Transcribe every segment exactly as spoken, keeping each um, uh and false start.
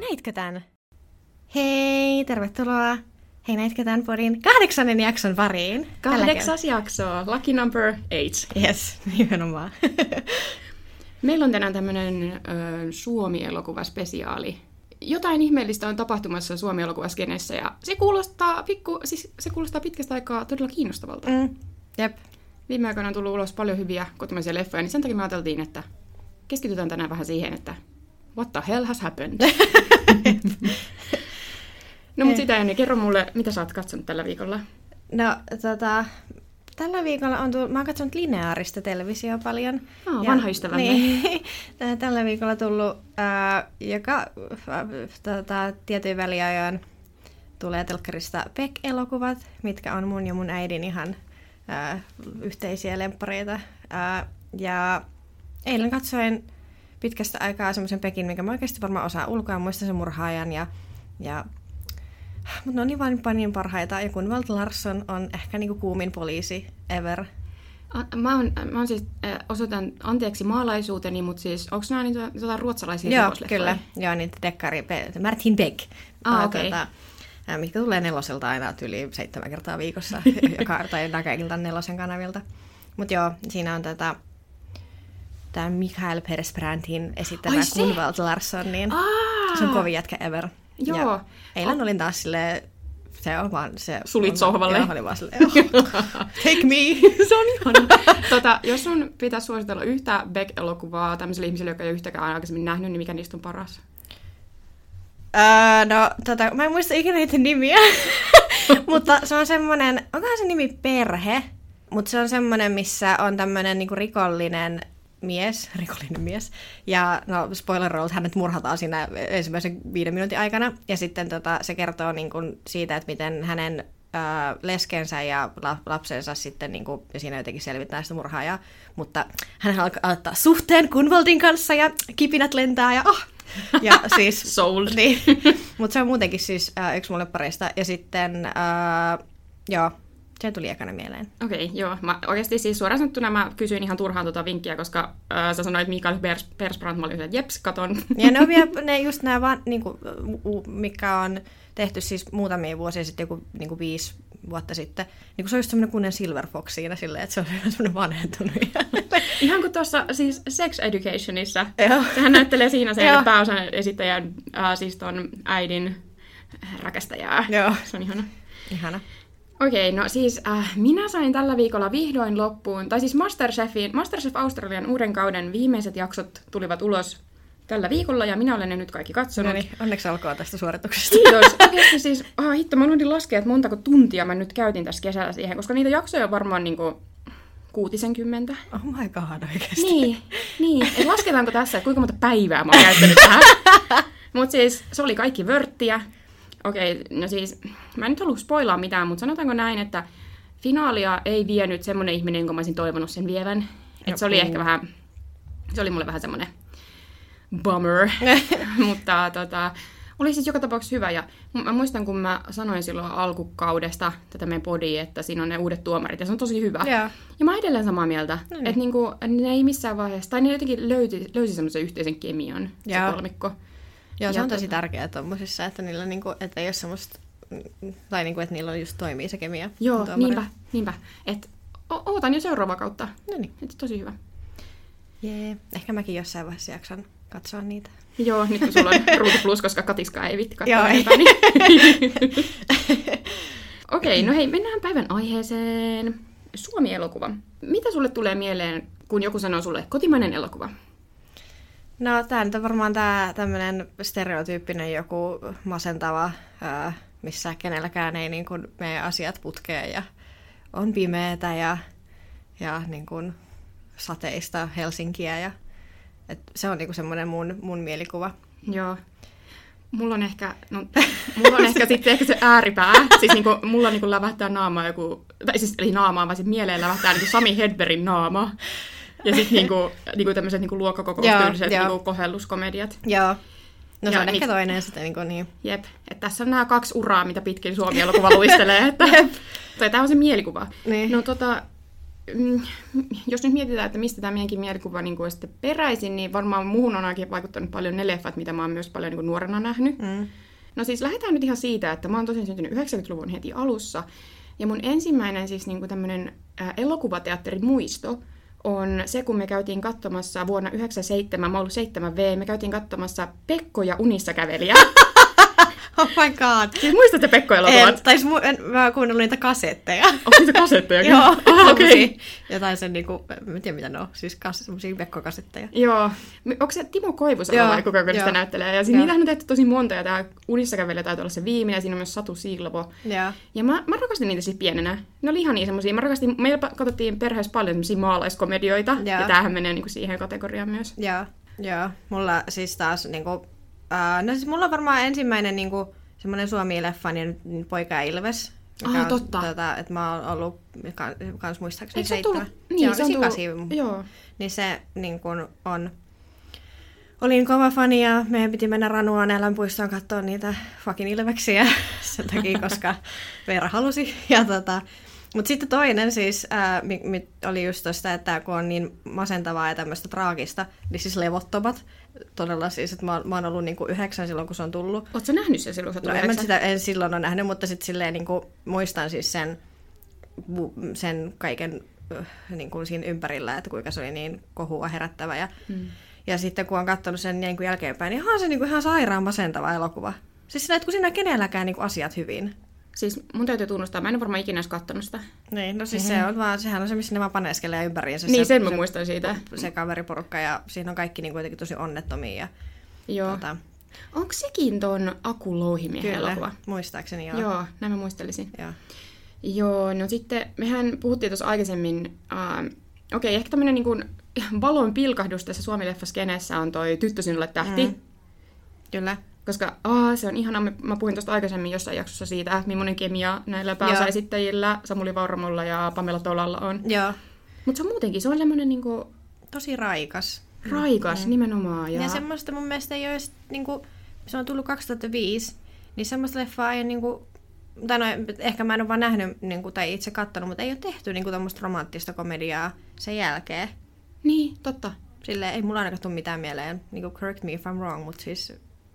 näitkö tän? Hei, tervetuloa. Hei, näitkö tän podin kahdeksannen jakson pariin? Kahdeksas jakso, lucky number eight. Yes, nimenomaan. Meillä on tänään tämmönen ö, Suomi-elokuvaspesiaali. Jotain ihmeellistä on tapahtumassa Suomi-elokuvaskenessä ja se kuulostaa, pikku, siis se kuulostaa pitkästä aikaa todella kiinnostavalta. Mm, jep. Viime aikoina on tullut ulos paljon hyviä kotimaisia leffoja, niin sen takia me ajateltiin, että keskitytään tänään vähän siihen, että what the hell has happened? No mutta sitä ennen, kerro mulle, mitä sä oot katsonut tällä viikolla? No, tota, tällä viikolla on tullut, mä oon katsonut lineaarista televisiota paljon. Oh, vanha ystävämme. Niin, tällä viikolla tullut, äh, joka äh, tota, tietyin väliajoin tulee telkkarista Beck-elokuvat, mitkä on mun ja mun äidin ihan äh, yhteisiä lemppareita. Äh, ja eilen katsoin pitkästä aikaa semmoisen Beckin, mikä mä oikeasti varmaan osaan ulkoa, muistan sen Murhaajan ja, ja mutta ne on niin vain niin parhaita. Ja Gunvald Larsson on ehkä niinku kuumin poliisi ever. Mä oon, mä oon siis, äh, osoitan anteeksi maalaisuuteni, mutta siis onko nämä niitä jotain ruotsalaisia Joo, rikosleffoja? kyllä. Joo, niitä dekkari, Martin Beck. Ah, okei. Okay. Tota, mitkä tulee neloselta aina yli seitsemän kertaa viikossa, joka, tai kaikilta nelosen kanavilta. Mutta joo, siinä on tätä tämä Mikael Persbrandtin esittämä Gunvald Larsson, niin se on kovin jätkä ever. Joo. Ja eilen oh. olin taas silleen, se on vaan se... Sulit on, sohvalle. Joo, olin vaan silleen, oh, take me! Se on ihana. tota, jos sun pitäisi suositella yhtä Beck-elokuvaa tämmöiselle ihmiselle, joka ei ole yhtäkään aikaisemmin nähnyt, niin mikä niistä on paras? Öö, no, tota, mä en muista ikinä niitä nimiä, mutta se on semmoinen, onkohan se nimi Perhe, mutta se on semmoinen, missä on tämmöinen niinku rikollinen mies, rikollinen mies, ja no spoiler alert, hänet murhataan siinä ensimmäisen viiden minuutin aikana, ja sitten tota, se kertoo niin kuin siitä, että miten hänen ää, leskensä ja la, lapsensa sitten, niin kuin, ja siinä jotenkin selvittää sitä murhaajaa, mutta hän alkaa aloittaa suhteen Gunvaldin kanssa, ja kipinät lentää, ja oh! Ja siis, soul. Niin, mutta se on muutenkin siis ää, yksi mulle pareista, ja sitten, ää, joo, se tuli ekana mieleen. Okei, okay, joo. Mä oikeasti siis suoraan sanottuna mä kysyin ihan turhaan tuota vinkkiä, koska äh, sä sanoit Mikael Pers- Persbrandt, mä olin että jeps, katon. Ja ne on vielä ne just nämä, vaan, niinku, mikä on tehty siis muutamia vuosia sitten, joku niinku viisi vuotta sitten. Niinku se on just semmoinen kunnen Silver Fox siinä silleen, että se on semmoinen vanhentunut. Ihan kuin tuossa siis Sex Educationissa. Joo. Sehän näyttelee siinä sen pääosan esittäjän, äh, siis ton äidin räkästäjää. Joo. Se on ihana. Ihana. Okei, no siis äh, minä sain tällä viikolla vihdoin loppuun, tai siis Masterchefin, Masterchef Australian uuden kauden viimeiset jaksot tulivat ulos tällä viikolla, ja minä olen ne nyt kaikki katsonut. No niin, onneksi alkaa tästä suorituksesta. Kiitos. Oikeasti siis, ah, hitto, mä unohdin laskea, että montako tuntia mä nyt käytin tässä kesällä siihen, koska niitä jaksoja on varmaan niinku kuutisenkymmentä. Oh my god, oikeasti. Niin, niin. Et lasketaanko tässä, että kuinka monta päivää mä oon käyttänyt tähän? Mutta siis se oli kaikki vörttiä. Okei, no siis, mä en nyt halua spoilaa mitään, mutta sanotaanko näin, että finaalia ei vienyt semmoinen ihminen, jonka mä olisin toivonut sen vievän. Että se oli ehkä vähän, se oli mulle vähän semmoinen bummer, mutta tota, oli siis joka tapauksessa hyvä. Ja mä muistan, kun mä sanoin silloin alkukaudesta tätä meidän podia, että siinä on ne uudet tuomarit, ja se on tosi hyvä. Yeah. Ja mä oon edelleen samaa mieltä, no niin. Että niinku, ne ei missään vaiheessa, tai ne jotenkin löyti, löysi semmoisen yhteisen kemion, yeah. se kolmikko. Joo, se ja on tosi tota... tärkeää tommosissa, että niillä niinku, että ei ole semmoista, tai niinku, että niillä just toimii se kemia. Joo, niinpä, niinpä. Et o- ootan jo seuraavaa kautta. No niin. Et tosi hyvä. Jee, ehkä mäkin jossain vaiheessa jaksan katsoa niitä. Joo, nyt kun sulla on Ruutu Plus, koska Katiska ei vitti katsoa. Joo, ei. Niin... Okei, no hei, mennään päivän aiheeseen. Suomi-elokuva. Mitä sulle tulee mieleen, kun joku sanoo sulle kotimainen elokuva? No, tää nyt on varmaan tää tämmönen stereotyyppinen joku masentava, ää, missä kenelläkään ei niin kun mene asiat putkeen ja on pimeätä ja, ja niin kun sateista Helsinkiä. Ja, et se on niin kun semmoinen mun, mun mielikuva. Joo. Mulla on ehkä, no, mulla on ehkä sitten ehkä se ääripää. Siis niinku, mulla niinku lävähtää naamaa joku, tai siis eli naamaa, vaan sitten mieleen lävähtää niinku Sami Hedbergin naama. Ja sitten niinku, niinku tämmöiset niinku luokkakokoustyyliset niinku kohelluskomediat. Joo. No se ja on niin, ehkä toinen sitten niinku niin. Jep. Että tässä on nämä kaksi uraa, mitä pitkin Suomi-elokuva luistelee. Että, tai tämä on se mielikuva. Niin. No tota, mm, jos nyt mietitään, että mistä tämä meidänkin mielikuva niin on sitten peräisin, niin varmaan muuhun on ainakin vaikuttanut paljon ne leffat, mitä mä oon myös paljon niin kuin nuorena nähnyt. Mm. No siis lähdetään nyt ihan siitä, että mä oon tosiaan syntynyt yhdeksänkymmentäluvun heti alussa. Ja mun ensimmäinen siis niin kuin tämmöinen äh, elokuvateatterin muisto on se, kun me käytiin katsomassa vuonna yhdeksänkymmentäseitsemän, mä oon ollut seitsemän V, me käytiin katsomassa Pekko ja unissa kävelijä. Oh my god. Siis muistatte Pekko-elokuvat? Tai mu- en, mä oon kuunnellut niitä kasetteja. Onko niitä kasetteja? Joo, ah, okei. Okay. Jotain sen niinku, en tiedä mitä ne on, siis kas, semmosia Pekko-kasetteja. Joo. Onko se Timo Koivusalo vai kuka sitä näyttelee? Ja niitä on tehty tosi monta, ja tää unissa kävelijä taitaa olla se viimeinen, ja siinä on myös Satu Silvo. Ja, ja mä, mä rakastin niitä siis pienenä. Ne oli ihan niin semmosia. Mä rakastin, meillä katsottiin perheessä paljon semmosia maalaiskomedioita, ja, ja tämähän menee niinku siihen kategoriaan myös. Joo, joo. Mulla siis taas niinku, uh, no siis mulla on varmaan ensimmäinen niinku semmoinen Suomi-leffa, niin Poika ja Ilves. Ah, on, totta. Tota, että mä oon ollut kans muistaakseni se seitsemän. Niin, joo, se on tullut. Joo. Niin se niin kun on... Olin kova fani ja meidän piti mennä Ranuaan Eläinpuistoon katsoa niitä fucking ilveksiä sen takia, koska Veera halusi. Ja tota, mutta sitten toinen siis ää, mi, mi, oli just tosta, että kun on niin masentavaa ja tämmöistä traagista, niin siis Levottomat. Todella siis, että mä, mä oon ollut niinku yhdeksän silloin, kun se on tullut. Ootko sä nähnyt sen silloin, kun sä no, en, sitä, en silloin ole nähnyt, mutta sitten silleen niinku, muistan siis sen, sen kaiken äh, niinku siinä ympärillä, että kuinka se oli niin kohua herättävä. Ja, hmm. ja sitten kun on katsonut sen niin kuin jälkeenpäin, niin onhan se niinku ihan sairaan masentava elokuva. Siis sillä, että kun siinä kenelläkään niinku asiat hyvin. Siis mun täytyy tunnustaa, mä en ole varmaan ikinä edes kattonut sitä. Niin, no siis mm-hmm. se on vaan, sehän on se, missä ne vaan paneskelee ympäriinsä. Niin, se, sen mä se, muistan siitä. Se kaveriporukka ja siinä on kaikki niin kuitenkin tosi onnettomia. Ja, joo. Tota... Onko sekin ton Aku Louhimiehen elokuva? Kyllä, muistaakseni joo. Joo, näin mä muistelisin. Joo. Joo, no sitten mehän puhuttiin tuossa aikaisemmin, äh, okei, okay, ehkä tämmönen niin kuin valon pilkahdus tässä Suomi-leffaskeneessä on toi Tyttö sinulle tähti. Mm. Kyllä. Koska aa, se on ihana, mä puhuin tuosta aikaisemmin jossain jaksossa siitä, millainen kemia näillä pääosaesittäjillä, Samuli Vauramolla ja Pamela Tolalla on. Joo. Mutta se on muutenkin, se on semmoinen niinku... tosi raikas. Raikas, mm. nimenomaan. Ja... ja semmoista mun mielestä ei ole, niinku, se on tullut kaksituhattaviisi, niin semmoista leffaa ei niinku, tai no ehkä mä en ole vaan nähnyt niinku, tai itse kattonut, mutta ei ole tehty niinku tommoista romanttista komediaa sen jälkeen. Niin, totta. Silleen ei mulla ainakaan tule mitään mieleen, niinku correct me if I'm wrong, mutta siis...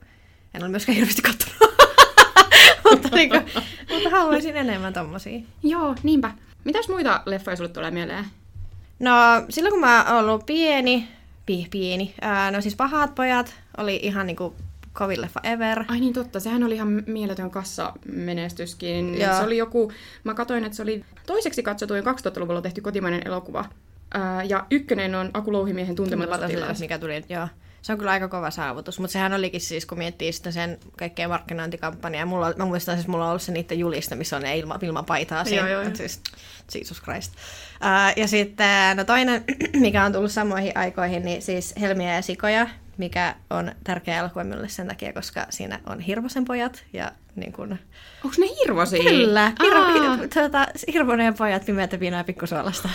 En ole myöskään hirveästi kattonut, mutta, niinku, mutta haluaisin enemmän tommosia. Joo, niinpä. Mitäs muita leffoja sulle tulee mieleen? No, silloin kun mä oon ollut pieni, pie, pieni, ää, no siis Pahat pojat oli ihan niinku kovin leffa ever. Ai niin totta, sehän oli ihan mieletön kassamenestyskin. Joo. Se oli joku, mä katsoin, että se oli toiseksi katsotuin kaksituhattaluvulla tehty kotimainen elokuva. Ää, ja ykkönen on Aku Louhimiehen Tuntematon sotilas. Mikä tuli, joo. Se on kyllä aika kova saavutus, mutta sehän olikin siis, kun miettii sitä sen kaikkea markkinointikampanjaa. Mulla, mä muistan siis, mulla on ollut se niiden julista, missä on ne ilma, ilman paitaa siinä. Joo, joo. Siis, Jesus Christ. Uh, ja sitten no toinen, mikä on tullut samoihin aikoihin, niin siis Helmiä ja sikoja, mikä on tärkeä elokuva minulle sen takia, koska siinä on Hirvosen pojat. Ja niin kun... Onko ne Hirvosia? Kyllä. Hirvo, hir, tuota, Hirvonen ja pojat, pimeätä viinaa ja pikkusuolasta.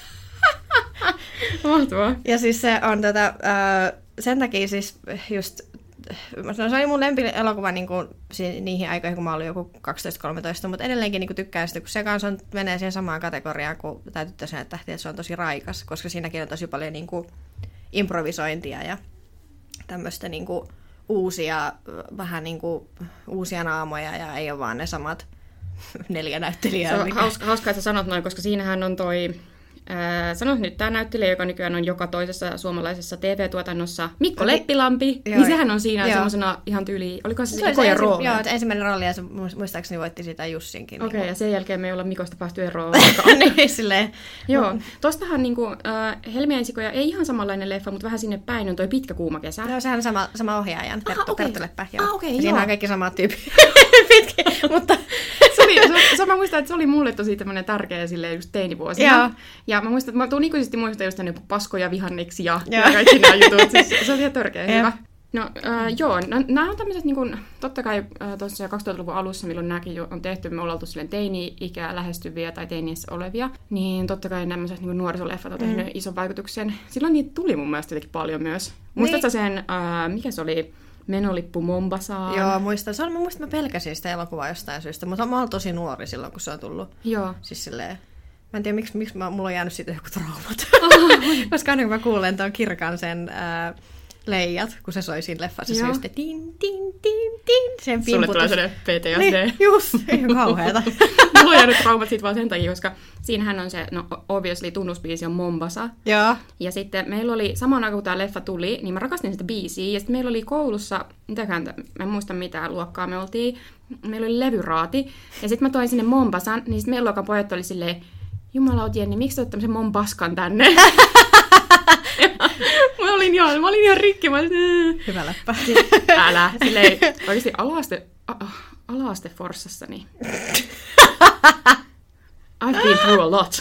Mahtavaa. Ja siis se on tota... Uh, sen takia siis just, no se oli mun lempielokuva niin kuin niihin aikoihin, kun mä olin joku kaksitoista kolmetoista, mutta edelleenkin niin kuin tykkään sitä, kun se kanssa on, menee siihen samaan kategoriaan kuin tämä Tyttö sinulle tähti, että se on tosi raikas, koska siinäkin on tosi paljon niin kuin improvisointia ja tämmöistä niin kuin uusia, vähän niin kuin uusia naamoja ja ei ole vaan ne samat neljä näyttelijää. Se on hauska, hauska, että sanot noin, koska siinähän on toi... Äh, Sanoit nyt tämä näyttelijä, joka nykyään on joka toisessa suomalaisessa T V-tuotannossa, Mikko Oi, Leppilampi, joo, niin sehän on siinä semmoisena ihan tyyli, oliko se, se ikoja ensi, rooli? Joo, ensimmäinen rooli ja se muistaakseni voitti sitä Jussinkin. Okei, okay, niin ja sen jälkeen me ei olla Mikosta päästy eroon. niin, silleen. Joo, tostahan niinku, äh, Helmiä ja sikoja ei ihan samanlainen leffa, mutta vähän sinne päin on toi Pitkä kuuma kesä. Joo, sehän on sama, sama ohjaajan, Perttu, okay. Perttu Leppä. Joo. Ah, okay, ja siinä on kaikki samat tyypit. Pitkä, mutta... se, oli, se, se, mä muistan, että se oli mulle tosi tämmöinen tärkeä silleen just teinivuosina. Joo. Ja mä muistan, että mä tuun ikuisesti muistan just tänne paskoja vihanniksi ja, ja kaikki nämä jutut. Siis se oli ihan törkeä hyvä. No äh, joo, no, nämä on tämmöiset, niin kun, totta kai äh, tuossa kaksituhattaluvun alussa, milloin nämäkin on tehty, me ollaan oltu silleen teini-ikää lähestyviä tai teiniässä olevia, niin totta kai nämä niin nuorisoleffat on tehnyt mm. ison vaikutuksen. Silloin niitä tuli mun mielestä jotenkin paljon myös. Muistatko niin. sen, äh, mikä se oli? Menolippu Mombasaan. Joo, muistan. Se on, mä muistan, mä pelkäsin sitä elokuvaa jostain syystä, mutta mä olin tosi nuori silloin, kun se on tullut. Joo. Siis silleen, Mä en tiedä, miksi, miksi mä, mulla on jäänyt siitä joku traumat. Oh. Koska aina kun mä kuulen tuon Kirkan sen ää, leijat, kun se soi siinä leffassa, se just tin, tin, tin, tin, sen pimputus. Sulle tulee sellainen P T S D. Niin, just, ihan kauheeta. Mulla on jäänyt traumat siitä vaan sen takia, koska siinähän on se, no obviously tunnusbiisi on Mombasa. Joo. Ja sitten meillä oli, samaan aikaan kun tämä leffa tuli, niin mä rakastin sitä biisiä. Ja sitten meillä oli koulussa, mitäkään, mä en muista mitä luokkaa me oltiin, meillä oli levyraati. Ja sitten mä toin sinne Mombasan, niin sitten meidän luokan pojat oli silleen, jumalauta Jenni, miksi toit tämmöisen Mombaskan tänne? Mä olin ihan, mä olin ihan rikki. Mä olin, hyvä läppä. Älä. Silleen, oikeasti ala-aste, a- ala-aste Forssassa, niin I've been through a lot.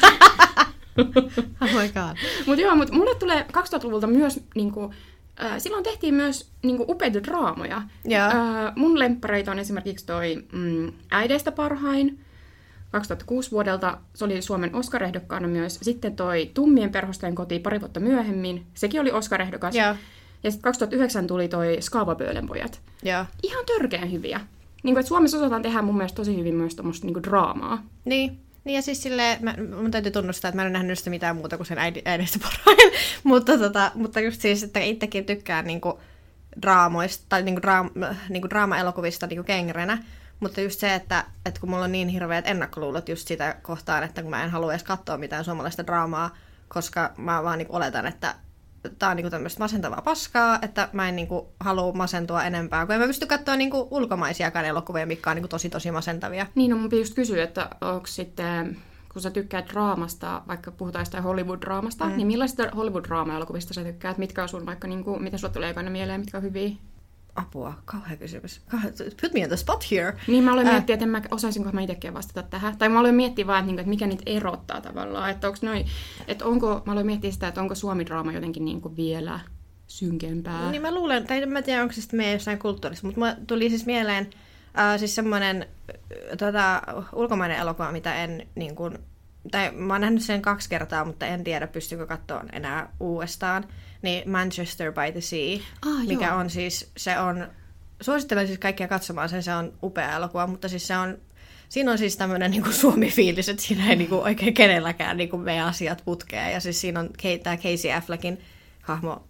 Oh my god. Mut joo, mut mulle tulee kaksituhattaluvulta myös, niinku, äh, silloin tehtiin myös niinku, upeita draamoja. Äh, mun lemppareita on esimerkiksi toi mm, Äideistä parhain, kaksituhattakuusi vuodelta, se oli Suomen Oscar-ehdokkaana myös. Sitten toi Tummien perhostajan koti pari vuotta myöhemmin, sekin oli Oscar-ehdokas. Yeah. Ja sitten kaksituhattayhdeksän tuli toi Skaavapöölen pojat. Yeah. Ihan törkeän hyviä. Niin kuin, että Suomessa osataan tehdä mun mielestä tosi hyvin myös tommoista niin kuin draamaa. Niin. Niin ja siis silleen, mä, mun täytyy tunnustaa, että mä en ole nähnyt sitä mitään muuta kuin sen Äideistä parhain. mutta, tota, mutta just siis, että itsekin tykkään niinku draamoista, tai niinku, draam, niinku draama-elokuvista niinku genrenä. Mutta just se, että, että kun mulla on niin hirveät ennakkoluulot just sitä kohtaan, että kun mä en halua edes katsoa mitään suomalaista draamaa, koska mä vaan niinku oletan, että tää on niinku tämmöistä masentavaa paskaa, että mä en niinku halua masentua enempää, kun en mä pysty katsoa niinku ulkomaisiakaan elokuvia, mitkä on niinku tosi tosi masentavia. Niin, no mun piti just kysyä, että onko sitten, kun sä tykkäät draamasta, vaikka puhutaan jostain Hollywood-draamasta, mm. niin millaisista Hollywood-draama-elokuvista sä tykkäät? Mitkä on sun vaikka, niinku, mitä sulla tulee ekana mieleen, mitkä on hyviä? Apua, kauhea kysymys. Put me on the spot here. Niin mä aloin äh. miettiä, että en mä, osaisinko mä itsekin vastata tähän. Tai mä aloin miettiä vaan, että, että mikä niitä erottaa tavallaan. Että onko noi, että onko, mä aloin miettiä sitä, että onko suomi-draama jotenkin niin kuin vielä synkempää. Niin mä luulen, tai en mä tiedä, onko se sitten meidän jossain kulttuurissa, mutta mulla tuli siis mieleen äh, siis semmoinen tota, ulkomainen elokuva, mitä en niin kuin, tai mä oon nähnyt sen kaksi kertaa, mutta en tiedä, pystynkö katsoa enää uudestaan. Niin Manchester by the Sea, ah, mikä joo. on siis, se on, suosittelen siis kaikkia katsomaan sen, se on upea elokuva, mutta siis se on, siinä on siis tämmöinen niin kuin Suomi-fiilis, että siinä ei niin kuin oikein kenelläkään niin kuin meidän asiat putkea, ja siis siinä on tämä Casey Affleckin hahmo,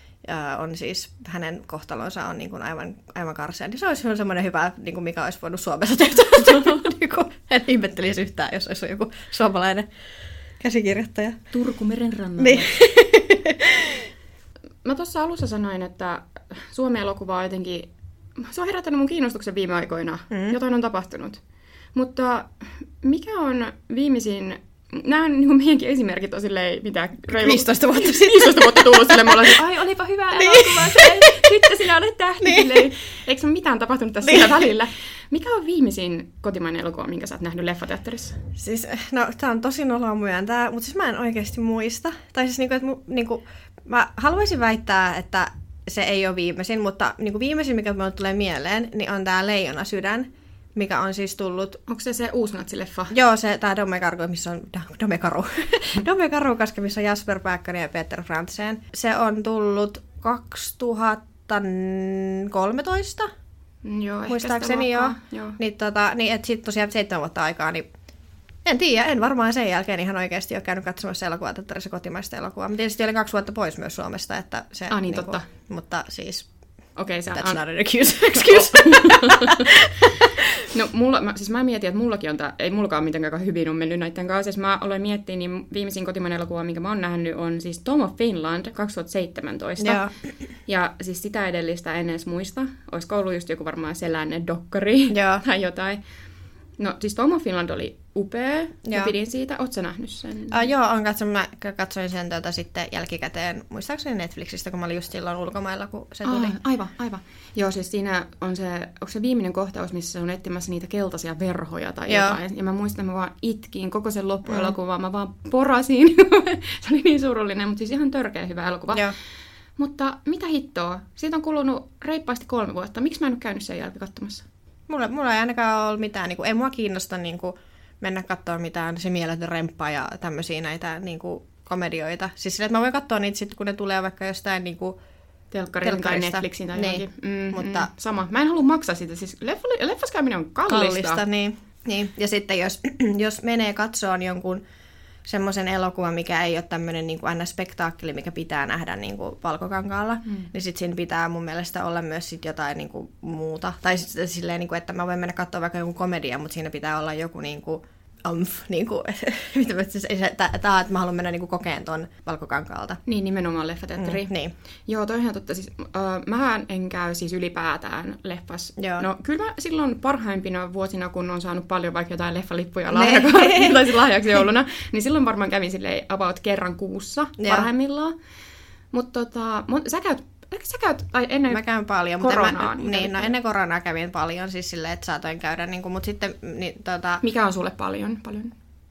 ja on siis, hänen kohtalonsa on niin kuin aivan, aivan karsea, niin se olisi semmoinen hyvä, niin kuin mikä olisi voinut Suomessa tehdä, niin kuin, en ihmettelisi yhtään, jos olisi joku suomalainen käsikirjoittaja. Turku merenrannalla. Niin. Mä tuossa alussa sanoin, että Suomen elokuva on jotenkin, se on herättänyt mun kiinnostuksen viime aikoina. Mm. Jotain on tapahtunut. Mutta mikä on viimeisin, nämä niin kuin meidänkin esimerkit on silleen, mitä reilu... viisitoista vuotta sitten. viisitoista vuotta tullut silleen, mä olen, ai olipa hyvä elokuva, sitten sinä olet tähti. Niin. Eikö ole mitään tapahtunut tässä niin. välillä? Mikä on viimeisin kotimainen elokuva, minkä sä oot nähnyt leffateatterissa? Siis, no tää on tosi noloa myöntää, mutta siis mä en oikeasti muista. Tai siis niinku, että niinku, mä haluaisin väittää, että se ei ole viimeisin, mutta niinku viimeisin, mikä mulle tulee mieleen, niin on tää Leijona sydän, mikä on siis tullut... Onko se se uusnatsileffa? Joo, se tää Domekaru, missä on... Domekaru. Domekaru, koska missä on Jasper Pääkkönen ja Peter Frantzen. Se on tullut kaksituhattakolmetoista. Joo, ehkä muistaakseni joo. joo. Niin, tota, niin että sitten tosiaan seitsemän vuotta aikaa, niin en tiedä, en varmaan sen jälkeen ihan oikeasti ole käynyt katsomassa elokuvateatterissa kotimaista elokuvaa. Mä tietysti olin kaksi vuotta pois myös Suomesta, että se... Ah niin, niin totta. Kuin, mutta siis... Okei, okay, that's an... not an excuse. excuse. No, mulla, mä, siis mä mietin, että mullakin on tää, ei mullakaan mitenkään hyvin on mennyt näiden kanssa. Siis mä aloin miettiä, niin viimeisin kotimainen elokuva, minkä mä oon nähnyt, on siis Tom of Finland kaksituhattaseitsemäntoista. Joo. Ja siis sitä edellistä en edes muista. Olisiko ollut just joku varmaan sellainen dokkari tai jotain. No siis Tom of Finland oli upea, ja pidin siitä. Ootko sä nähnyt sen? Uh, joo, on katson, mä katsoin sen tuota, sitten jälkikäteen, muistaakseni Netflixistä, kun mä olin just silloin ulkomailla, kun se tuli. Ah, aivan, aivan. Joo, siis siinä on se, onko se viimeinen kohtaus, missä se on etsimässä niitä keltaisia verhoja tai joo. jotain. Ja mä muistan, että mä vaan itkin koko sen loppuelokuvan, mm. mä vaan porasin. Se oli niin surullinen, mutta siis ihan törkeä hyvä elokuva. Joo. Mutta mitä hittoa? Siitä on kulunut reippaasti kolme vuotta. Miksi mä en ole käynyt sen jälkeen katsomassa? Mulla, mulla ei ainakaan ole mitään, niin kuin, ei mua kiinnosta niin kuin, mennä katsoa mitään se mieletön remppa ja tämmöisiä näitä niin kuin, komedioita. Siis sillä, että mä voin katsoa niitä sitten, kun ne tulee vaikka jostain niin kuin, telkkarin tai Netflixin tai niin. mm, mutta mm, sama. Mä en halua maksaa sitä. Siis leffas käyminen on kallista. Kallista, niin. niin. Ja sitten jos, jos menee katsoon jonkun semmoisen elokuvan, mikä ei ole tämmöinen niin kuin aina spektaakkeli, mikä pitää nähdä niin kuin Valkokankaalla, mm. niin sitten siinä pitää mun mielestä olla myös sit jotain niin kuin muuta. Tai sitten silleen, niin kuin, että mä voin mennä katsoa vaikka joku komedia, mutta siinä pitää olla joku niin kuin Amf, niin kuin, että mä haluan mennä niin kuin kokeen ton Valkokankaalta. Niin, nimenomaan leffateatteri. Mm, niin. Joo, toihan totta. Siis, uh, mähän en käy siis ylipäätään leffas. Joo. No, kyllä mä silloin parhaimpina vuosina, kun on saanut paljon vaikka jotain leffalippuja lahjaksi, tai lahjaksi jouluna, niin silloin varmaan kävin silleen about kerran kuussa parhaimmillaan. Mutta tota, sä käyt Sä käyt, tai ennen mä käyn paljon, koronaa. Mutta niin, no ennen koronaa kävin paljon, siis silleen, että saatoin käydä, niin kuin, mutta sitten... Niin, tota, mikä on sulle paljon? paljon?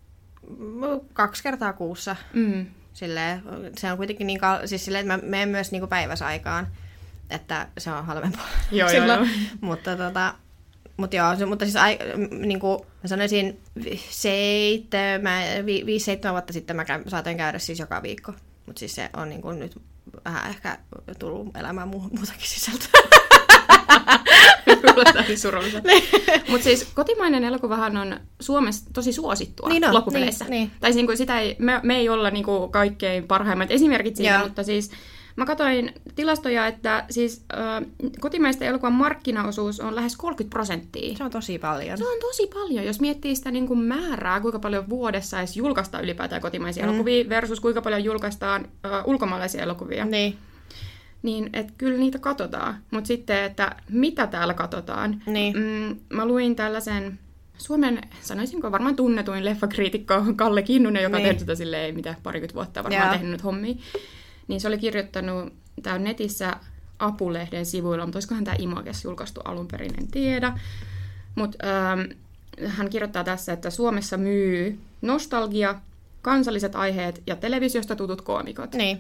Kaksi kertaa kuussa. Mm. Silleen, se on kuitenkin niin kal- siis silleen, että mä menen myös niin kuin päiväsaikaan, että se on halvempaa. Joo, joo, joo. Mutta tota... Mutta joo, mutta siis ai, niin kuin mä sanoisin, seitsemän, vi, viisi, seitsemän vuotta sitten mä käyn, saatoin käydä siis joka viikko. Mutta siis se on niin kuin nyt vähän ehkä tullut elämään mu- muutakin sisältöä. Kuulostaa niin surulliselta. Mutta siis kotimainen elokuvahan on Suomessa tosi suosittua niin on, loppupeleissä. Niin, niin. Tai siis, niin sitä ei, me, me ei olla niin kuin kaikkein parhaimmat esimerkit siitä, Joo. mutta siis mä katsoin tilastoja, että siis äh, kotimaisten elokuvan markkinaosuus on lähes kolmekymmentä prosenttia. Se on tosi paljon. Se on tosi paljon, jos miettii sitä niin kuin määrää, kuinka paljon vuodessa edes julkaistaan ylipäätään kotimaisia mm. elokuvia versus kuinka paljon julkaistaan äh, ulkomaalaisia elokuvia. Niin. Niin, että kyllä niitä katsotaan. Mutta sitten, että mitä täällä katsotaan. Niin. Mm, mä luin tällaisen Suomen, sanoisinko varmaan tunnetuin leffakriitikko Kalle Kinnunen, joka niin. on tehnyt sitä silleen, mitä parikymmentä vuotta varmaan Jaa. tehnyt hommia. Niin se oli kirjoittanut, tää on netissä Apulehden sivuilla, mutta olisikohan tämä Images julkaistu alun perin, en tiedä. Mutta ähm, hän kirjoittaa tässä, että Suomessa myy nostalgia, kansalliset aiheet ja televisiosta tutut koomikot. Niin.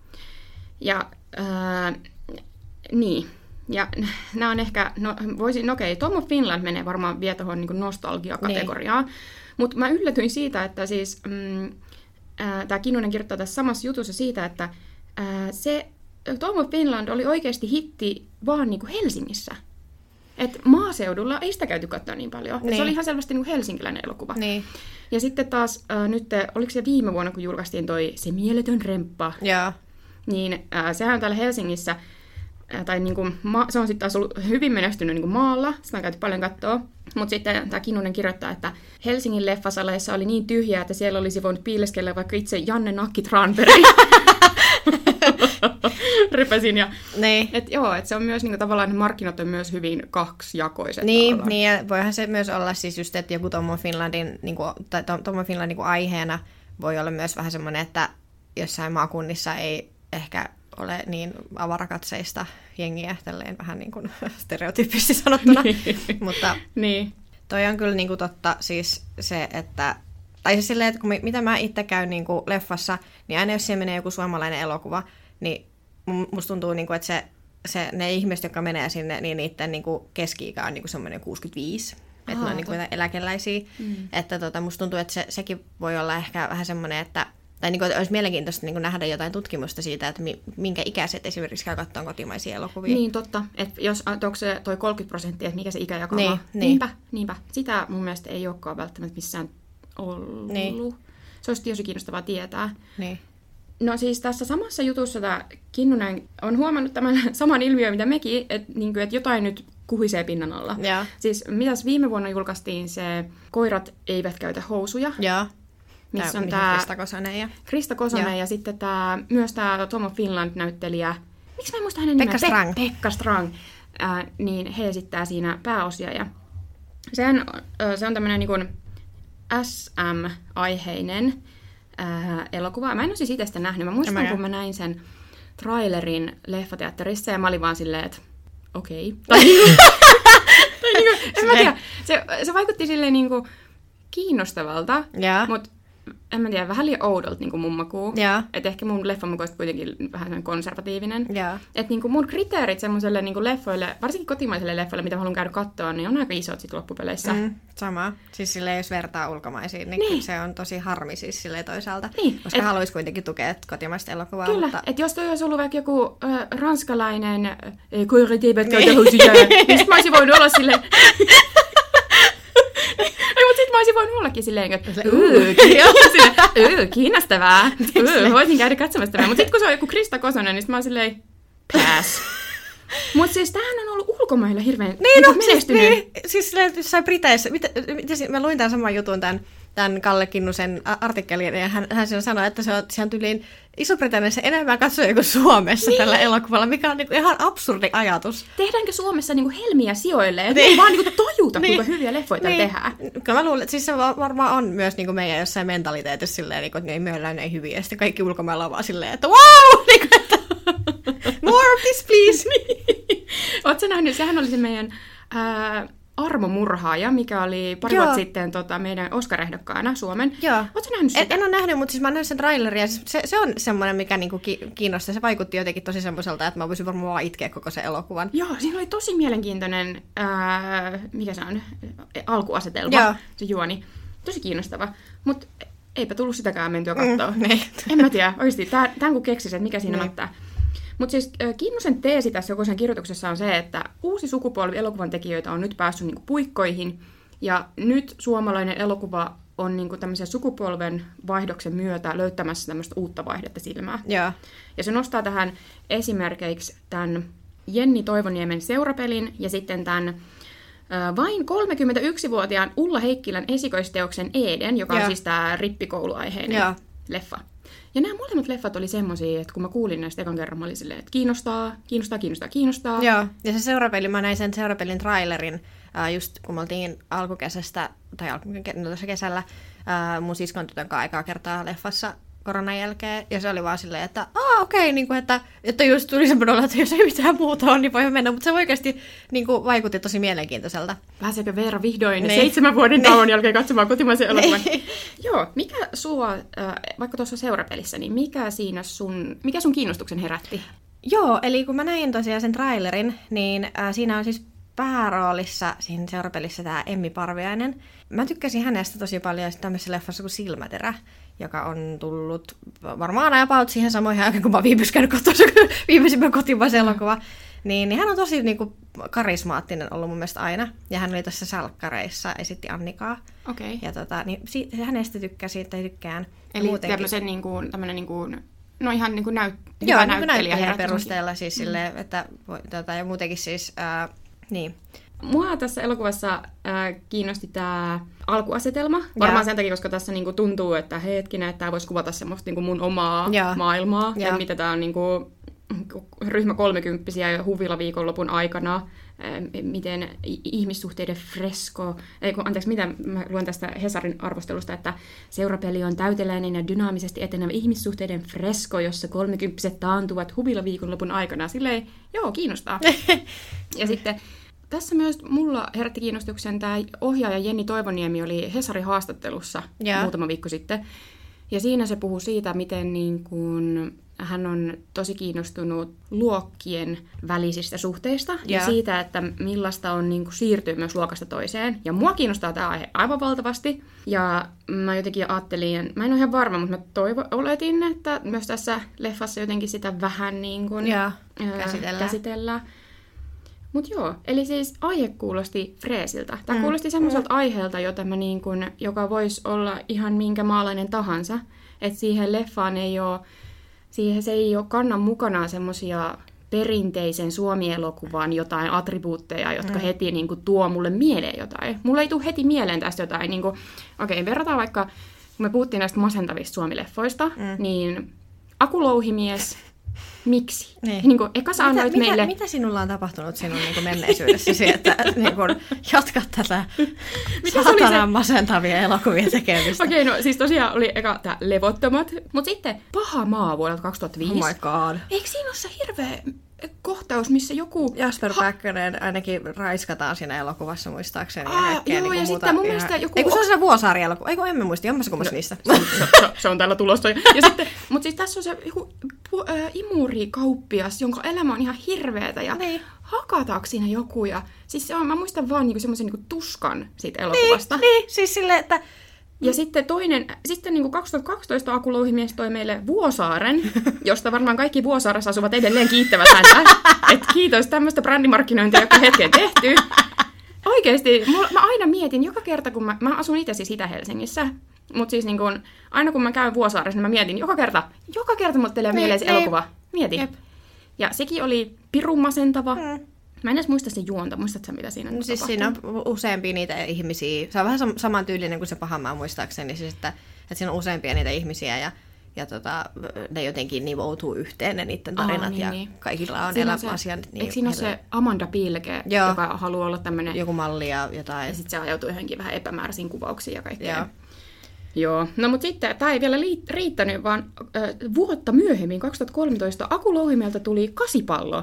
Ja äh, niin. Ja nämä on ehkä, no voisin, no okei, Tom of Finland menee varmaan vielä tuohon niin nostalgia-kategoriaan. Niin. Mutta mä yllätyin siitä, että siis mm, äh, tämä Kinnunen kirjoittaa tässä samassa jutussa siitä, että äh, se Tom of Finland oli oikeasti hitti vaan niin kuin Helsingissä. Et maaseudulla ei sitä käyty katsoa niin paljon. Niin. Se oli ihan selvästi niin kuin helsinkiläinen elokuva. Niin. Ja sitten taas äh, nyt, oliko se viime vuonna, kun julkaistiin toi Se mieletön remppa, Jaa. niin äh, sehän on täällä Helsingissä, äh, tai niin kuin, ma- se on sitten taas ollut hyvin menestynyt niin kuin maalla, sitä on käyty paljon katsoa. Mutta sitten tämä Kinnunen kirjoittaa, että Helsingin leffasaleissa oli niin tyhjää, että siellä olisi voinut piileskellä vaikka itse Janne Nakki Tranberg. Repäsin. Ja, niin. et joo, että se on myös niinku, tavallaan markkinat on myös hyvin kaksijakoiset. Niin, niin, ja voihan se myös olla siis just, että joku Tom of Finlandin, niinku, tai Tom of Finlandin niinku aiheena voi olla myös vähän semmoinen, että jossain maakunnissa ei ehkä ole niin avarakatseista jengiä, tälleen vähän niin kuin stereotyyppisesti sanottuna. Niin. Mutta niin. toi on kyllä niin kuin totta siis se, että tai siis silleen, että kun me, mitä mä itse käyn niin kuin leffassa, niin aina jos siellä menee joku suomalainen elokuva, niin musta tuntuu, niin kuin, että se, se, ne ihmiset, jotka menee sinne, niin niiden niin kuin keski-ikä on niin kuin semmoinen kuusikymmentäviisi. Aha, että ne on niin kuin eläkeläisiä. Mm. Että tota, musta tuntuu, että se, sekin voi olla ehkä vähän semmoinen, että tai niin kuin, olisi mielenkiintoista niin kuin nähdä jotain tutkimusta siitä, että minkä ikäiset esimerkiksi käy katsomaan kotimaisia elokuvia. Niin, totta. Että jos, onko se toi kolmekymmentä prosenttia, että mikä se ikäjakauma niin, on? Niin. Niinpä, niinpä. Sitä mun mielestä ei olekaan välttämättä missään ollut. Niin. Se olisi tosi kiinnostavaa tietää. Niin. No siis tässä samassa jutussa tämä Kinnunen on huomannut tämän saman ilmiön, mitä mekin, että, niin kuin, että jotain nyt kuhisee pinnan alla. Ja. Siis mitäs viime vuonna julkaistiin se Koirat eivät käytä housuja. Ja. Missä Tää, on tämä Krista Kosonen ja... Krista Kosonen ja, ja sitten tää, myös tämä Tom of Finland-näyttelijä. Miksi mä en muista hänen Pekka nimeä? Strang. Pe- Pekka Strang. Äh, niin he esittää siinä pääosia. Ja sehän, äh, se on tämmöinen niin kuin S M-aiheinen äh, elokuva. Mä en ole siis itse sitä nähnyt. Mä muistan, mä kun mä näin sen trailerin leffateatterissa ja mä olin vaan silleen, että okei. Okay. Tai niin kuin, en mä tiedä. Se, se vaikutti silleen niin kuin kiinnostavalta, mutta en mä tiedä, vähän liian oudolta niin kuin mun makuu. Että ehkä mun leffan mukaan kuitenkin vähän konservatiivinen. Että niin kuin mun kriteerit semmoiselle niin kuin leffoille, varsinkin kotimaiselle leffoille, mitä mä haluan käydä katsoa, niin on aika isot sit loppupeleissä. Mm, sama. Siis silleen, jos vertaa ulkomaisiin, niin, niin. se on tosi harmi siis silleen toisaalta. Niin. Koska et, haluaisi kuitenkin tukea kotimaista elokuvaa. Kyllä, mutta... että jos toi olisi ollut vaikka joku äh, ranskalainen äh, Koirat eivät käytä housuja, niin sit mä olisin voinut olla silleen... Ei, mutta sit mä olisin voinut olla mullekin silleen, että kiinnostavaa, voisin käydä katsomassa tämän. Mutta sitten kun se on joku Krista Kosonen, niin mä oon silleen, pass. Mutta siis tämähän on ollut ulkomailla hirveän niin, no, menestynyt. Siis, niin, siis jossain Briteissä, mitä, mitä, mä luin tämän saman jutun tämän, tämän Kalle Kinnusen artikkelin, ja hän, hän sanoi, että se on, se on tyyliin Iso-Britanniassa enemmän katsoja kuin Suomessa niin. tällä elokuvalla, mikä on niinku ihan absurdi ajatus. Tehdäänkö Suomessa niinku helmiä sijoille? Niin. Ei vaan niinku tajuta, niin. kuinka hyviä leffoita niin. tehdään. Kyllä mä luulen, että siis se varmaan on myös niinku meidän jossain mentaliteetissa silleen, niinku, että ei meillä ei hyviä, ja sitten kaikki ulkomailla on vaan silleen, että wow! Niinku, että more of this, please! Ootko nähnyt, sehän oli se meidän ää, Armo Murhaaja, mikä oli pari vuotta sitten tota, meidän Oscar-ehdokkaana Suomen. Joo. Ootko nähnyt sitä? En, en ole nähnyt, mutta siis mä oon nähnyt sen trailerin, ja se, se on semmoinen, mikä niinku kiinnostaa. Se vaikutti jotenkin tosi semmoiselta, että mä voisin varmaan vaan itkeä koko sen elokuvan. Joo, siinä oli tosi mielenkiintoinen, ää, mikä se on, alkuasetelma, Joo. se juoni. Tosi kiinnostava, mutta eipä tullut sitäkään mentyä katsoa. Mm, niin. En mä tiedä, oikeasti, tämän kun keksisin, että mikä siinä niin. ottaa. Mutta siis Kinnusen teesi tässä joko sen kirjoituksessa on se, että uusi sukupolvi elokuvan tekijöitä on nyt päässyt niinku puikkoihin, ja nyt suomalainen elokuva on niinku tämmöisen sukupolven vaihdoksen myötä löytämässä tämmöistä uutta vaihdetta silmää. Ja. ja se nostaa tähän esimerkiksi tämän Jenni Toivoniemen Seurapelin ja sitten tämän äh, vain kolmekymmentäyksivuotiaan Ulla Heikkilän esikoisteoksen Eden, joka ja. on siis tämä rippikouluaiheinen ja. leffa. Ja nämä molemmat leffat oli semmosia, että kun mä kuulin näistä ekan kerran, mä olin silleen, että kiinnostaa, kiinnostaa, kiinnostaa, kiinnostaa. Joo, ja se Seurapeli, mä näin sen Seurapelin trailerin, äh, just kun me oltiin alkukesästä, tai alku, no tuossa kesällä, äh, mun siskon tytön kanssa aikaa kertaa leffassa koronan jälkeen, ja se oli vaan silleen, että aah okei, okay, niin että, että just tuli semmoinen, että jos ei mitään muuta on, niin voi mennä, mutta se oikeasti niin kuin, vaikutti tosi mielenkiintoiselta. Pääseekö Veera vihdoin niin. seitsemän vuoden niin. tauon jälkeen katsomaan kotimaisen elokuvan? Niin. Joo, mikä sua, vaikka tuossa Seurapelissä, niin mikä siinä sun, mikä sun kiinnostuksen herätti? Joo, eli kun mä näin tosiaan sen trailerin, niin äh, siinä on siis pääroolissa siinä Seurapelissä tämä Emmi Parviainen. Mä tykkäsin hänestä tosi paljon tämmöisessä leffassa kuin Silmäterä, joka on tullut varmaan about siihen samoihin aikaan, kun mä oon viimeis käynyt kotossa viimeisimmän kotimaisen elokuva. Niin, niin hän on tosi niin kuin, karismaattinen ollut mun mielestä aina. Ja hän oli tässä Salkkareissa, esitti Annikaa. Okei. Okay. Ja tota, niin, si- hänestä tykkäsin tai tykkään. Eli tämmöisen niin kuin, tämmöinen niin kuin, no ihan niin kuin näyt- Joo, hyvä niin näyttelijä perusteella siis mm. silleen, että tota, ja muutenkin siis, äh, niin. Mua tässä elokuvassa äh, kiinnosti tämä alkuasetelma. Varmaan ja. sen takia, koska tässä niinku tuntuu, että hetkinen, että tämä voisi kuvata semmoista niinku mun omaa ja. maailmaa. Ja. Ja mitä tämä on niinku, ryhmä kolmekymppisiä ja huvila viikonlopun aikana. Äh, miten ihmissuhteiden fresko... Ei, kun, anteeksi, mitä mä luen tästä Hesarin arvostelusta, että Seurapeli on täyteläinen ja dynaamisesti etenevä ihmissuhteiden fresko, jossa kolmekymppiset taantuvat huvila viikonlopun aikana. Silleen, joo, kiinnostaa. Ja sitten... Tässä myös mulla herätti kiinnostuksen tämä ohjaaja Jenni Toivoniemi oli Hesarin haastattelussa yeah. muutama viikko sitten. Ja siinä se puhui siitä, miten niin kun hän on tosi kiinnostunut luokkien välisistä suhteista yeah. ja siitä, että millaista on niin kun siirtyä myös luokasta toiseen. Ja mua kiinnostaa tämä aihe aivan valtavasti. Ja mä jotenkin ajattelin, mä en ole ihan varma, mutta mä toivo, oletin, että myös tässä leffassa jotenkin sitä vähän niin kun, yeah. ää, käsitellään. käsitellään. Mutta joo, eli siis aihe kuulosti freesiltä. Tämä mm. kuulosti semmoiselta mm. aiheelta, jota mä niin kun, joka voisi olla ihan minkä maalainen tahansa. Että siihen leffaan ei ole, siihen se ei ole kannan mukanaan semmoisia perinteisen suomi-elokuvan jotain attribuutteja, jotka mm. heti niin kun, tuo mulle mieleen jotain. Mulle ei tule heti mieleen tästä jotain. Niin kun, okei, verrataan vaikka, kun me puhuttiin näistä masentavista suomileffoista, mm. niin Akulouhimies... Miksi? Niin. Niin kuin, eka sä annoit mitä, meille... Mitä sinulla on tapahtunut sinun niin kuin menneisyydessäsi, että niin kuin, jatkat tätä saatanan masentavia elokuvia tekemistä? Okei, okay, no siis tosiaan oli eka tää Levottomat, mutta sitten Paha maa vuodelta kaksituhattaviisi. Oh my god. Eikö siinä ole se hirveä kohtaus, missä joku... Jasper ha- Päkkönen ainakin raiskataan siinä elokuvassa muistaakseni. Aa, ja joo, niin ja sitten mun mielestä joku... Eikö se on siinä Vuosaari-elokuva? Eikö emme muista, jommassa kummassa no, niistä? Se, se, se, se on täällä tulossa. Ja sitten, mutta siis tässä on se joku äh, imurikauppias, jonka elämä on ihan hirveetä ja niin. hakataanko siinä joku. Ja, siis se on, mä muistan vaan niinku semmoisen niinku tuskan siitä elokuvasta. Niin, niin, siis silleen, että... Ja sitten toinen, sitten niin kuin kaksituhattakaksitoista Akulouhimies toi meille Vuosaaren, josta varmaan kaikki Vuosaaressa asuvat edelleen kiittävät häntä. Että kiitos tämmöistä brändimarkkinointia, joka hetken tehty. oikeesti, mulla, mä aina mietin, joka kerta kun mä, mä asun itse siis Itä-Helsingissä, mutta siis niin kun, aina kun mä käyn Vuosaaressa, niin mä mietin joka kerta, joka kerta mulle tulee mieleen se elokuva. Mieti. Jep. Ja sekin oli pirun masentava. Mm. Mä en edes muista sen juonta. Muistatko mitä siinä on? No siis siinä on useampia niitä ihmisiä. Se on vähän sam- samantyylinen kuin se Pahamaa muistaakseni. Siis että, että siinä on useampia niitä ihmisiä ja, ja tota, ne jotenkin nivoutuu yhteen ne niiden tarinat. Aa, niin, ja niin. Kaikilla on elämäasiat. Niin eikö siinä ole se Amanda Pilke, Joo. joka haluaa olla tämmöinen... Joku malli ja jotain. Ja sitten se ajautuu johonkin vähän epämääräisiin kuvauksiin ja kaikkea. Joo. Joo, no mutta sitten tämä ei vielä riittänyt, vaan äh, vuotta myöhemmin, kaksituhattakolmetoista, Aku Louhimelta tuli Kasipallo.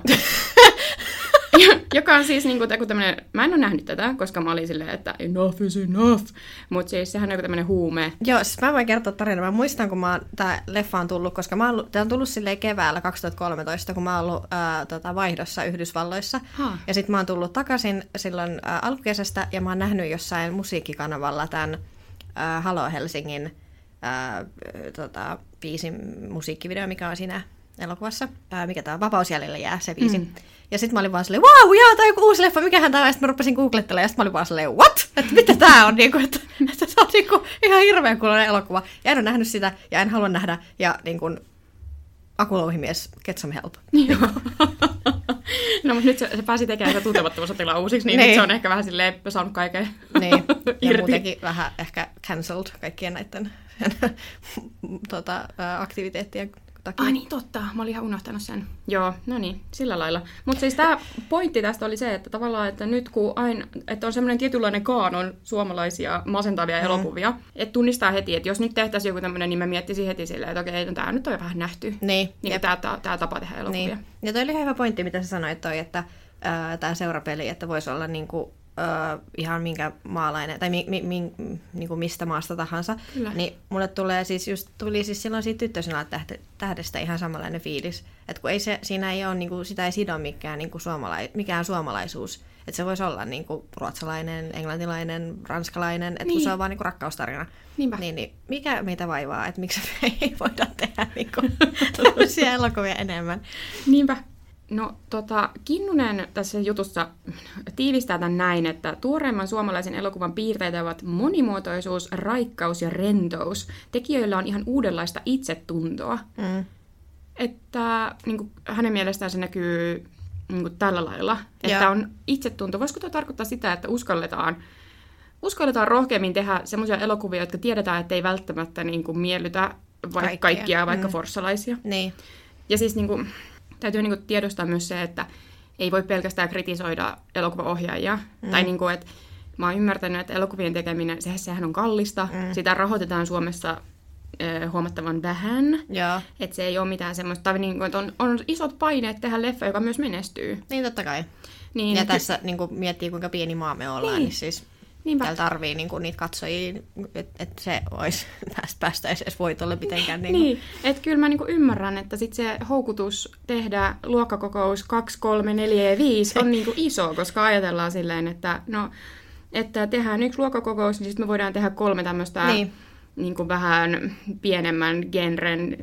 Joka on siis niinku tämmöinen, mä en ole nähnyt tätä, koska mä olin silleen, että enough is enough, mutta siis sehän on joku tämmöinen huume. Joo, siis mä voin kertoa tarinan. Mä muistan, kun mä, tää leffa on tullut, koska mä ollut, tää on tullut silleen keväällä kaksituhattakolmetoista, kun mä oon ollut ää, tota, vaihdossa Yhdysvalloissa. Ha. Ja sit mä oon tullut takaisin silloin ää, alkukesästä, ja mä oon nähnyt jossain musiikkikanavalla tämän ää, Halo Helsingin ää, tota, biisin musiikkivideo, mikä on siinä elokuvassa. Ää, mikä tää on? Vapausjäljellä jää se biisi. Mm. Ja sit mä olin vaan silleen, wow, jaa, tää on joku uusi leffa, mikähän tää on? Ja sit mä rupesin googlettelemaan, ja sit mä olin vaan silleen, what? Että mitä tää on? Niinku, että, että se on niinku ihan hirveän kuuloinen elokuva. Ja en ole nähnyt sitä, ja en halua nähdä. Ja niinku, Aku Louhimies, get some help. Joo. No, mutta nyt se, se pääsi tekemään sitä tuntemattoman sotilaan uusiksi, niin, niin. Nyt se on ehkä vähän silleen saanut kaiken niin. Ja muutenkin vähän ehkä cancelled kaikkien näiden tota, aktiviteettien takia. Ai niin, totta. Mä olin ihan unohtanut sen. Joo, no niin, sillä lailla. Mutta siis tämä pointti tästä oli se, että tavallaan, että nyt kun aina, että on semmoinen tietynlainen kaanon suomalaisia masentavia mm. elokuvia, että tunnistaa heti, että jos nyt tehtäisiin joku tämmöinen, niin mä miettisin heti silleen, että okei, no tämä nyt on vähän nähty. Niin. Niin tämä, tämä tapa tehdä elokuvia. Niin. Ja toi oli hyvä pointti, mitä sä sanoit toi, että äh, tämä seurapeli, että voisi olla niinku Uh, ihan minkä maalainen, tai mi, mi, mi, niin kuin mistä maasta tahansa, Kyllä. niin mulle tulee siis just, tuli siis silloin siitä tyttösenä tähde, tähdestä ihan samanlainen fiilis, että kun ei se, siinä ei ole, niin kuin, sitä ei sido mikään, niin kuin suomalai, mikään suomalaisuus, että se voisi olla niin kuin ruotsalainen, englantilainen, ranskalainen, että niin. kun se on vaan niin kuin rakkaustarina, niin, niin mikä meitä vaivaa, että miksi me ei voida tehdä niin kuin tällaisia elokuvia enemmän. Niinpä. No, tota, Kinnunen tässä jutussa tiivistää tämän näin, että tuoreimman suomalaisen elokuvan piirteitä ovat monimuotoisuus, raikkaus ja rentous. Tekijöillä on ihan uudenlaista itsetuntoa. Mm. Että niin kuin, hänen mielestään se näkyy niin kuin, tällä lailla, että ja. on itsetunto. Voisiko tuo tarkoittaa sitä, että uskalletaan, uskalletaan rohkeammin tehdä semmoisia elokuvia, jotka tiedetään, että ei välttämättä niin kuin, miellytä vaikka kaikkia, kaikkia vaikka mm. forssalaisia. Niin. Ja siis niin kuin, täytyy niin kuin tiedostaa myös se, että ei voi pelkästään kritisoida elokuvaohjaajia. Mm. Tai niin kuin, että mä oon ymmärtänyt, että elokuvien tekeminen, se, sehän on kallista. Mm. Sitä rahoitetaan Suomessa äh, huomattavan vähän. Että se ei ole mitään semmoista, tai niin kuin, että on, on isot paineet tehdä leffa, joka myös menestyy. Niin totta kai. Niin, ja tässä niin kuin miettii, kuinka pieni maa me ollaan, niin, niin siis Niinpä. Täällä tarvii niin kuin, niitä katsojia, että et se olisi, tästä päästäisi edes voitolle mitenkään. Niin, niin. Että kyllä mä niin kuin ymmärrän, että sit se houkutus tehdä luokkakokous kaksi, kolme, neljä ja viisi on niin kuin iso, koska ajatellaan silleen, että, no, että tehdään yksi luokkakokous, niin sitten me voidaan tehdä kolme tämmöistä niin. Niin kuin vähän pienemmän genren,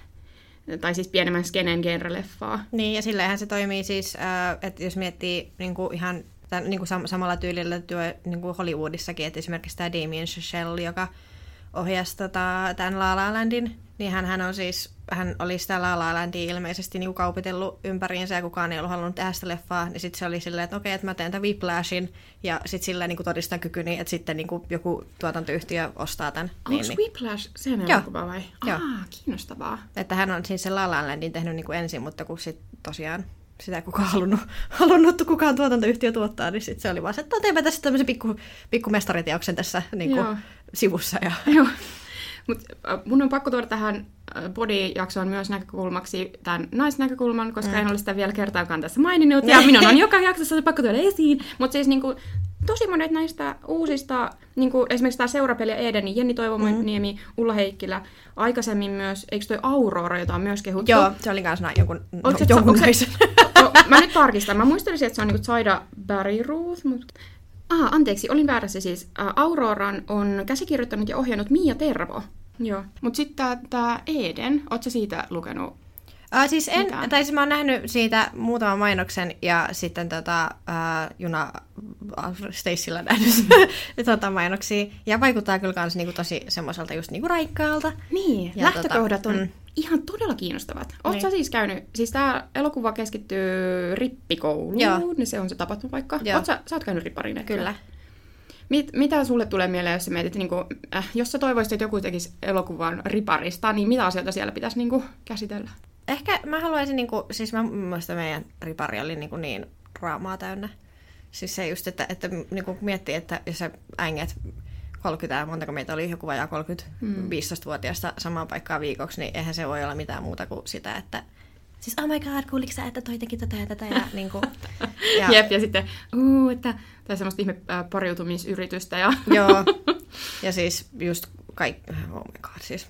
tai siis pienemmän skenen genreleffaa. Niin, ja sillähän se toimii siis, että jos miettii niin kuin ihan tämän, niin kuin sam- samalla tyylillä työ niin kuin Hollywoodissakin, että esimerkiksi tämä Damien Chazelle, joka ohjasi tota, tämän La La Landin, niin hän, hän on siis, hän oli sitä La La Landia ilmeisesti niin kuin kaupitellut ympäriinsä ja kukaan ei ollut halunnut tehdä sitä leffaa, niin sitten se oli silleen, että okei, että mä teen tämän Whiplashin ja sitten sillä niin kuin todistan kykyni, että sitten niin kuin joku tuotantoyhtiö ostaa tämän. Onko niin, Whiplash sen elokuva vai? Joo. Ah, kiinnostavaa. Että hän on siis sen La La Landin tehnyt niin kuin ensin, mutta kun sitten tosiaan sitä ei kukaan halunnut, halunnut kukaan tuotantoyhtiö tuottaa, niin sitten se oli vaan se, että teemme tässä tämmöisen pikku, pikku mestariteoksen tässä niin kuin sivussa. Ja... Joo. Mut mun on pakko tuoda tähän Body-jaksoon myös näkökulmaksi tämän naisnäkökulman, koska mm. en ole sitä vielä kertaakaan tässä maininnut, ja minun on joka jaksossa se pakko tuoda esiin. Mutta siis niinku, tosi monet näistä uusista, niinku, esimerkiksi tämä seurapeli Edeni, Jenni Toivoniemi, mm. Ulla Heikkilä, aikaisemmin myös, eikö toi Aurora, jota on myös kehuttu? Joo, se oli kanssa jonkun, no, jonkun naisen. Mä nyt tarkistan, mä muistelisin, että se on niinku Zaida Barry-Ruth, mutta... Ah, anteeksi, olin väärässä siis. Auroran on käsikirjoittanut ja ohjannut Mia Tervo. Joo. Mutta sitten tämä Eden, ootko sä siitä lukenut? Uh, siis en, tai siis mä oon nähnyt siitä muutaman mainoksen ja sitten tota, uh, Juna Stacylla nähnyt tota, mainoksia. Ja vaikuttaa kyllä kans niinku tosi semmoiselta just niinku raikkaalta. Niin, ja lähtökohdat tota, on mm. ihan todella kiinnostavat. Oot niin. sä siis käynyt, siis tää elokuva keskittyy rippikouluun, Joo. niin se on se tapahtumapaikka. Oot sä, sä oot käynyt ripparin? Kyllä. Mit, mitä sulle tulee mieleen, jos sä mietit, niin kuin, äh, jos sä toivoisit, että joku tekisi elokuvan riparista, niin mitä asioita siellä pitäisi niin kuin, käsitellä? Ehkä mä haluaisin, niin kuin, siis mä muistan meidän ripari oli niin, kuin niin draamaa täynnä. Siis se just, että, että niin kuin miettii, että jos sä ängät kolmekymmentä, montako meitä oli, joku vajaa kolmekymmentä, hmm. viisitoistavuotiaasta samaan paikkaan viikoksi, niin eihän se voi olla mitään muuta kuin sitä, että siis oh my god, kuuliko sä, että toi teki tätä ja tätä ja niinku. Ja... Jep, ja sitten, uu, että tai semmoista ihme äh, pariutumisyritystä ja... Joo, ja siis just kaikki, oh my god, siis...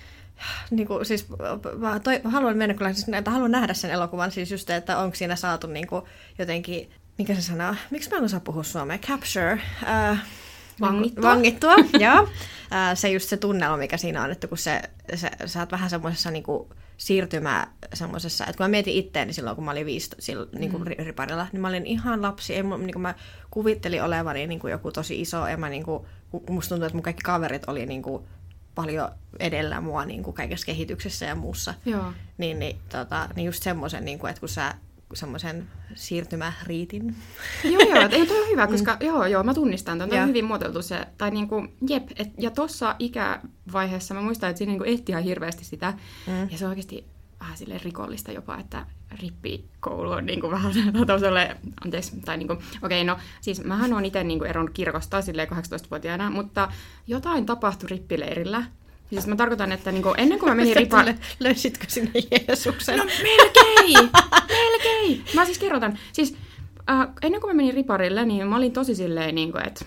Niinku, siis mä toi, haluan mennä kyllä, siis, että haluan nähdä sen elokuvan, siis just, että onko siinä saatu niinku jotenkin, mikä se sanoo, miksi mä en osaa puhua suomea, capture, äh, vangittua, vangittua joo. Äh, se just se tunnelma, mikä siinä on, että kun se, se sä oot vähän semmoisessa niinku siirtymää semmoisessa, että kun mä mietin itteeni silloin, kun mä olin viisi sillä, niin kuin mm. riparilla, niin mä olin ihan lapsi, ei, niin kuin mä kuvittelin olevani niin kuin joku tosi iso, ja mä, niin kuin, musta tuntuu, että mun kaikki kaverit oli niin kuin paljon edellä mua niin kuin kaikessa kehityksessä ja muussa. Joo. Niin, niin, tota, niin just semmoisen, niin kuin, että kun sä semmoisen siirtymäriitin. Joo, joo, ei toi on hyvä, koska mm. joo, joo, mä tunnistan, toi on hyvin muotoiltu se, tai niinku, jep, et, ja tossa ikävaiheessa mä muistan, että siinä niinku ehti ihan hirveästi sitä, mm. ja se on oikeasti vähän silleen rikollista jopa, että rippikoulu on niinku vähän toiselle, anteeksi, tai niinku, okei, no, siis mähän oon itse niinku eronnut kirkosta silleen kahdeksantoistavuotiaana, mutta jotain tapahtui rippileirillä. Siis mä tarkoitan, että niinku ennen kuin mä menin riparille... Löysitkö sinne Jeesuksen? No melkein! Melkein! Mä siis kerrotan. Siis äh, ennen kuin mä menin riparille, niin mä olin tosi silleen, niinku, että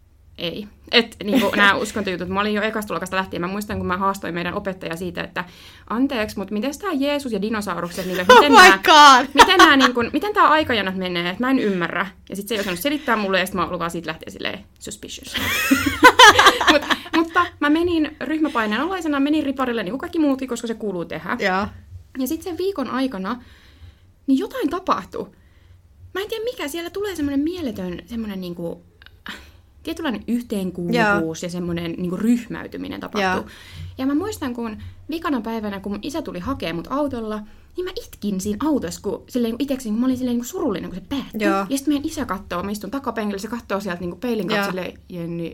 ei. Että niinku, nämä uskontojutut, mä olin jo ekasta luokasta lähtien. Mä muistan, kun mä haastoin meidän opettajaa siitä, että anteeksi, mutta miten tää Jeesus ja dinosaurukset, niinku, miten, oh nää, miten, nää, niinku, miten tää aikajanat menee, että mä en ymmärrä. Ja sit se ei osannut selittää mulle, ja sit mä olin vaan siitä lähtien silleen suspicious. Mut, mutta mä menin ryhmäpaineen alaisena, menin riparille niin kuin kaikki muutkin, koska se kuuluu tehdä. Ja, ja sitten sen viikon aikana, niin jotain tapahtui. Mä en tiedä mikä, siellä tulee semmoinen mieletön, semmoinen niinku, tietynlainen yhteenkuuluvuus ja, ja semmoinen niinku ryhmäytyminen tapahtuu. Ja. ja mä muistan, kun vikana päivänä, kun mun isä tuli hakemaan mut autolla, niin mä itkin siinä autossa, kun, silleen, kun itekseni, kun mä olin silleen, niin surullinen, kun se päättyi. Ja sitten meidän isä katsoo, mä istun takapenkillä, se katsoo sieltä niin peilin kautta silleen, Jenni,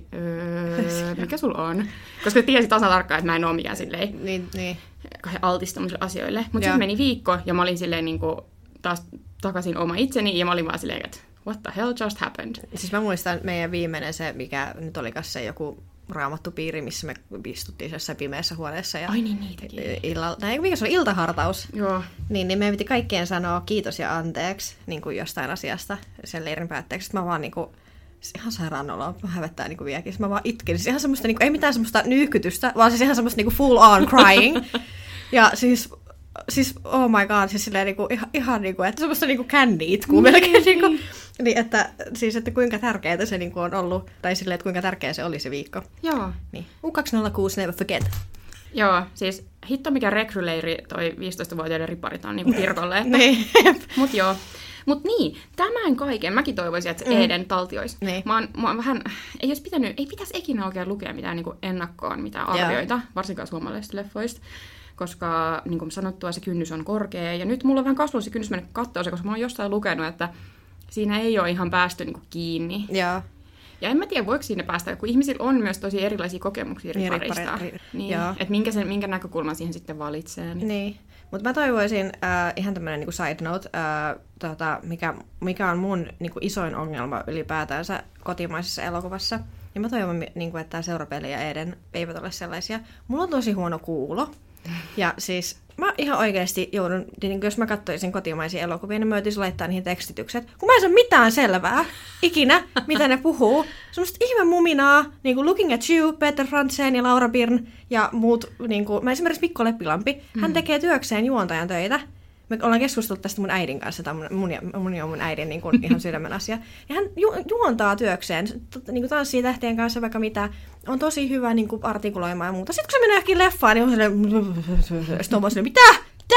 öö, mikä sulla on? Koska tiesi tasan tarkkaan, että mä en ole mikään silleen niin, niin. altistumiselle asioille. Mutta sitten meni viikko ja mä olin silleen niin kuin, taas takaisin oma itseni ja mä olin vaan silleen, että what the hell just happened? Siis mä muistan meidän viimeinen se, mikä nyt olikas se joku raamattupiiri, missä me istuttiin jossain pimeässä huoneessa. Ja ai niin, niitäkin. Illalla, tai mikä se oli, iltahartaus. Joo. Niin, niin meidän piti kaikkien sanoa kiitos ja anteeksi niin kuin jostain asiasta sen leirin päätteeksi. Sitten mä vaan niin kuin, ihan sairaan oloa, mä hävettää niin kuin vieläkin. Sitten mä vaan itkin. Siis ihan semmoista, niin kuin, ei mitään semmoista nyyhkytystä, vaan siis ihan semmoista niin kuin full on crying. Ja siis... Siis, oh my god, siis silleen niinku, ihan, ihan niinku, että semmoista niinku candy-itkuu niin, melkein. Niin. Niinku, niin, että, siis, että kuinka tärkeää se niinku on ollut, tai silleen, että kuinka tärkeä se oli se viikko. Joo. Niin. U kaksisataakuusi, never forget. Joo, siis hitto mikä rekryleiri toi viisitoistavuotiaiden riparit on niinku kirkolle. Niin. Mut joo. Mut niin, tämän kaiken mäkin toivoisin, että se mm. Eden taltioisi. Niin. Mä oon, mä oon vähän, ei olisi pitänyt, ei pitäisi ikinä oikein lukea mitään niinku ennakkoon, mitään arvioita, joo. varsinkaan suomalaisista leffoista. Koska, niin kuin sanottua, se kynnys on korkea. Ja nyt mulla on vähän kasvanut se kynnys mennä katsoa se, koska mä oon jostain lukenut, että siinä ei ole ihan päästy niin kuin kiinni. Joo. Ja en mä tiedä, voiko siinä päästä, kun ihmisillä on myös tosi erilaisia kokemuksia riparista. Niin, niin että minkä, sen, minkä näkökulman siihen sitten valitsee. Niin. niin. Mutta mä toivoisin, äh, ihan tämmönen niinku side note, äh, tota, mikä, mikä on mun niinku isoin ongelma ylipäätänsä kotimaisessa elokuvassa. Ja mä toivon, niinku, että Seurapeli ja Eden eivät ole sellaisia. Mulla on tosi huono kuulo. Ja siis mä ihan oikeasti joudun, niin jos mä katsoisin kotimaisia elokuvia, niin mä joutuisin laittaa niihin tekstitykset. Kun mä en saa mitään selvää ikinä, mitä ne puhuu. Semmoista ihme muminaa, niin kuin Looking at You, Peter Frantzen ja Laura Byrne ja muut. Niin kuin, mä esimerkiksi Mikko Leppilampi, hän tekee työkseen juontajan töitä. Me ollaan keskustellut tästä mun äidin kanssa, tämä on mun ja mun, ja mun äidin niin kuin ihan sydämen asia. Ja hän ju, juontaa työkseen, niin kuin tanssii tähtien kanssa vaikka mitä, on tosi hyvä niin kuin artikuloimaan ja muuta. Sitten kun se menee johonkin leffaan, niin on silleen, sitten on vaan silleen, mitä? Mitä?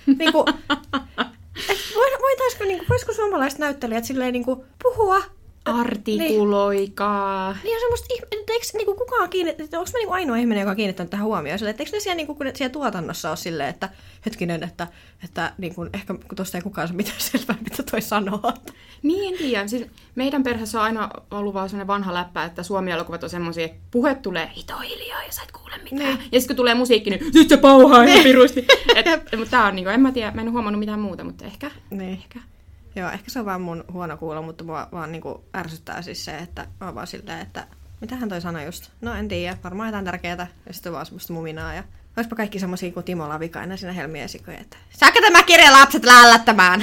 Niinku, et voitaisiko, niinku, voisiko suomalaiset näyttelijät silleen niinku puhua? Artikuloikaa. Niin, niin semmoista, että eikö niinku kukaan kiinnittänyt, onko mä niinku ainoa ihminen, joka on kiinnittänyt tähän huomioon, että eikö ne siellä, niinku, kun ne siellä tuotannossa ole silleen, että hetkinen, että, että niinku, ehkä tuosta ei kukaan saa mitään selvää, mitä toi sanoo. Niin, en tiedä. Siis meidän perheessä on aina ollut vaan sellainen vanha läppä, että Suomi-elokuvat on semmoisia, että puhe tulee hito hiljaa ja sä et kuule mitään. Niin. Ja sitten kun tulee musiikki, niin sit se pauhaa ihan pirusti. Mutta tää on niinku, en mä tiedä, mä en huomannut mitään muuta, mutta ehkä. Niin. ehkä. Joo, ehkä se on vaan mun huono kuulo, mutta mua vaan niinku ärsyttää siis se, että mä vaan silleen, että mitähän toi sanoi just? No en tiedä, varmaan jotain tärkeää ja sitten vaan semmoista muminaa ja olisipa kaikki semmosia kuin Timo Lavikainen siinä Helmiesikoja, että saako tämä kirja lapset lällättämään?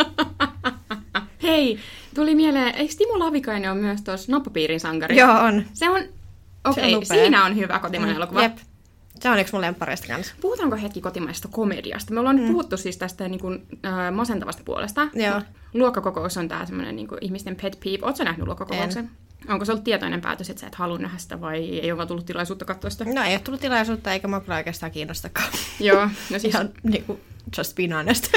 Hei, tuli mieleen, eikö Timo Lavikainen ole myös tuossa Nappapiirin sankari? Joo, on. Se on, okei, okay, siinä on hyvä kotimainen mm, elokuva. Jep. Se on yksi mun lemppareista kanssa. Puhutaanko hetki kotimaisesta komediasta? Me ollaan mm. nyt puhuttu siis tästä niin kuin, äh, masentavasta puolesta. Joo. Luokkakokous on tää semmoinen niin kuin ihmisten pet peeve. Ootko sä nähnyt luokkakokouksen? En. Onko se ollut tietoinen päätös, että sä et halua nähdä sitä vai ei ole vaan tullut tilaisuutta katsoa sitä? No ei ole tullut tilaisuutta eikä mua kyllä oikeastaan kiinnostakaan. Joo. No siis... Ihan niin kuin just being honest.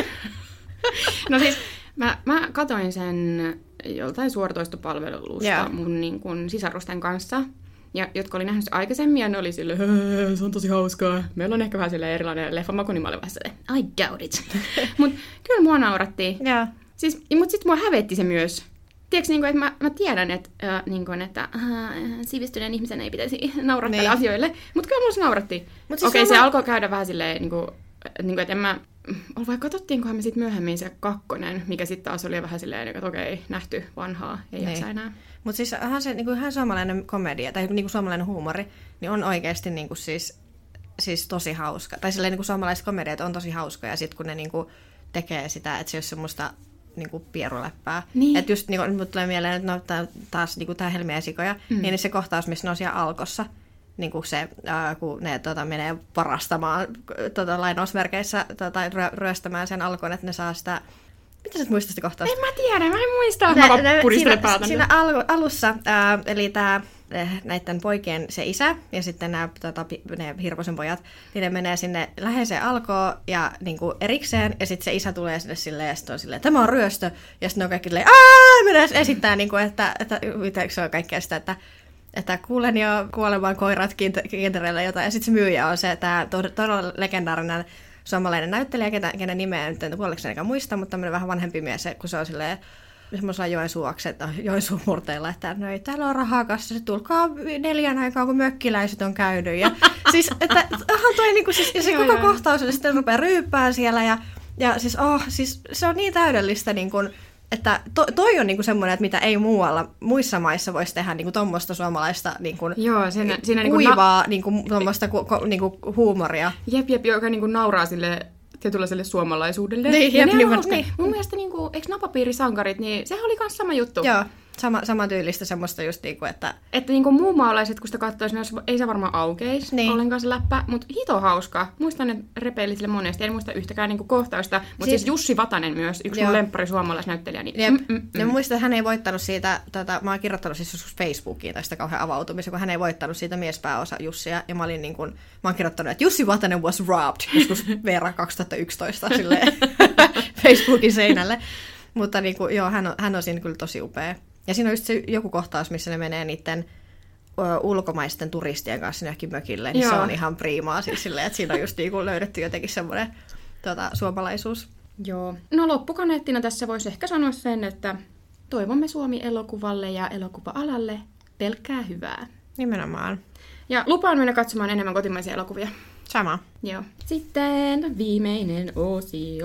No siis mä, mä katoin sen joltain suoratoistopalvelusta yeah. mun niin kuin, sisarusten kanssa. Ja, jotka oli nähnyt aikaisemmin, ja ne oli silleen, se on tosi hauskaa. Meillä on ehkä vähän silleen erilainen leffamaku, niin mä olin vähän silleen, I doubt it. Mutta kyllä mua naurattiin. Yeah. Siis, mutta sitten mua hävetti se myös. Tiedätkö, niin että mä, mä tiedän, että, äh, niin kuin, että äh, sivistyneen ihmisen ei pitäisi naurattaa niin. asioille. Mutta kyllä mulla se naurattiin. Siis Okei, okay, se mä... alkoi käydä vähän silleen, niin kuin, niin kuin, että en mä... Vai katsottiinkohan me sitten myöhemmin se kakkonen, mikä sitten taas oli vähän silleen, että okei, okay, nähty vanhaa, ei niin. jaksa enää. Mutta siis ihan se niin ihan suomalainen komedia, tai niin kuin suomalainen huumori, niin on oikeasti niin kuin siis, siis tosi hauska. Tai silleen niin kuin suomalaiset komediat on tosi hauskoja, ja sitten kun ne niin kuin tekee sitä, että se olisi semmoista niin kuin pieruläppää. Niin. Että just niin kuin, nyt tulee mieleen, että no, taas niin kuin tämä Helmiesikoja, mm. niin se kohtaus, missä ne on siellä Alkossa, niin kuin se, äh, kun ne tota, menee varastamaan tota, lainausmerkeissä tota, ryöstämään sen Alkon, että ne saa sitä... Mitä sä et muista sitä kohtausta? En mä tiedä, mä en muista. Mä vaan puristelen päätän. Siinä al- alussa, ää, eli tää, näiden poikien se isä ja sitten nämä tota, ne Hirvosen pojat, niin ne menee sinne läheiseen Alkoon ja niinku erikseen, ja sitten se isä tulee sinne silleen, ja sitten on silleen, tämä on ryöstö, ja sitten ne on kaikki silleen, aah, menee esittää, niinku, että, että, että se on kaikkea sitä, että että kuulen jo kuolemaan koirat kintereillä jotain, ja sitten se myyjä on se, tämä todella legendaarinen suomalainen näyttelijä, ketä, kenen nimeä nyt en kuolleeksi enkä muista, mutta tämmöinen vähän vanhempi mies, kun se on silleen semmoisella Joensuuakset, Joensuun murteilla, että no ei täällä on rahaa kassassa, tulkaa neljän aikaa, kun mökkiläiset on käynyt. Ja siis, että onhan toi niinku, siis, ja se koko kohtaus, että sitten rupeaa ryyppää siellä, ja, ja siis, oh, siis se on niin täydellistä, niin kuin, että to, toi on niinku semmoinen, että mitä ei muualla, muissa maissa voisi tehdä niinku tuommoista suomalaista niinku, Joo, siinä, siinä kuivaa niinku, na- niinku, tuommoista ku, ku, niinku, huumoria. Jep, jep, joka niinku nauraa sille tietynlaiselle suomalaisuudelle. Niin, jep, niin, niin. Mun mielestä, niinku, eikö Napapiirisankarit, niin sehän oli myös sama juttu. Joo, sama, sama tyylistä semmoista just niinku, että... Että niinku muumaalaiset, kun sitä katsoisi, niin ei se varmaan aukeisi niin. ollenkaan se läppä, mutta hito hauska. Muistan, että repeili sille monesti, en muista yhtäkään niinku kohtausta, mutta siis, siis Jussi Vatanen myös, yksi joo. mun lemppari suomalaisnäyttelijä. Niin, jep. Mm, mm, mm. Ja muistan, että hän ei voittanut siitä, tota, mä oon kirjoittanut siis joskus Facebookiin tästä kauhean avautumisen, kun hän ei voittanut siitä miespääosa Jussia, ja mä olin niin kuin, mä oon kirjoittanut, että Jussi Vatanen was robbed, joskus Veera kaksituhattayksitoista silleen Facebookin seinälle. Mutta niin kuin, joo, hän on, hän on siinä kyllä tosi upea. Ja siinä on just se joku kohtaus, missä ne menee niiden ö, ulkomaisten turistien kanssa johonkin mökille, niin joo. se on ihan priimaa siis silleen, että siinä on just niin kuin löydetty jotenkin semmoinen tota, suomalaisuus. Joo. No loppukaneettina tässä voisi ehkä sanoa sen, että toivomme Suomi-elokuvalle ja elokuva-alalle pelkkää hyvää. Nimenomaan. Ja lupaan mennä katsomaan enemmän kotimaisia elokuvia. Sama. Joo. Sitten viimeinen osio.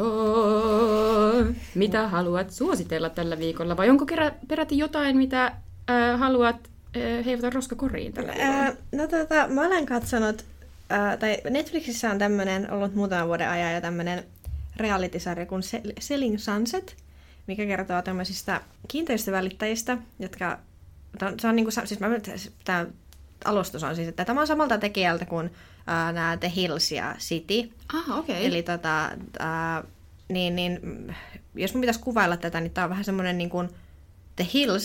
Mitä haluat suositella tällä viikolla? Vai onko peräti jotain, mitä äh, haluat äh, heivata roskakoriin tällä viikolla? Äh, no tota, mä olen katsonut, äh, tai Netflixissä on tämmönen ollut muutaman vuoden ajan jo tämmönen reality-sarja kuin Selling Sunset, mikä kertoo tämmöisistä kiinteistövälittäjistä, jotka, se on niinku, siis mä, tämä alustus on siis, että tämä on samalta tekijältä kuin Uh, nämä The Hills ja City. Ah, okei. Okay. Eli tota, uh, niin, niin, jos mun pitäisi kuvailla tätä, niin tämä on vähän semmoinen niin kuin The Hills,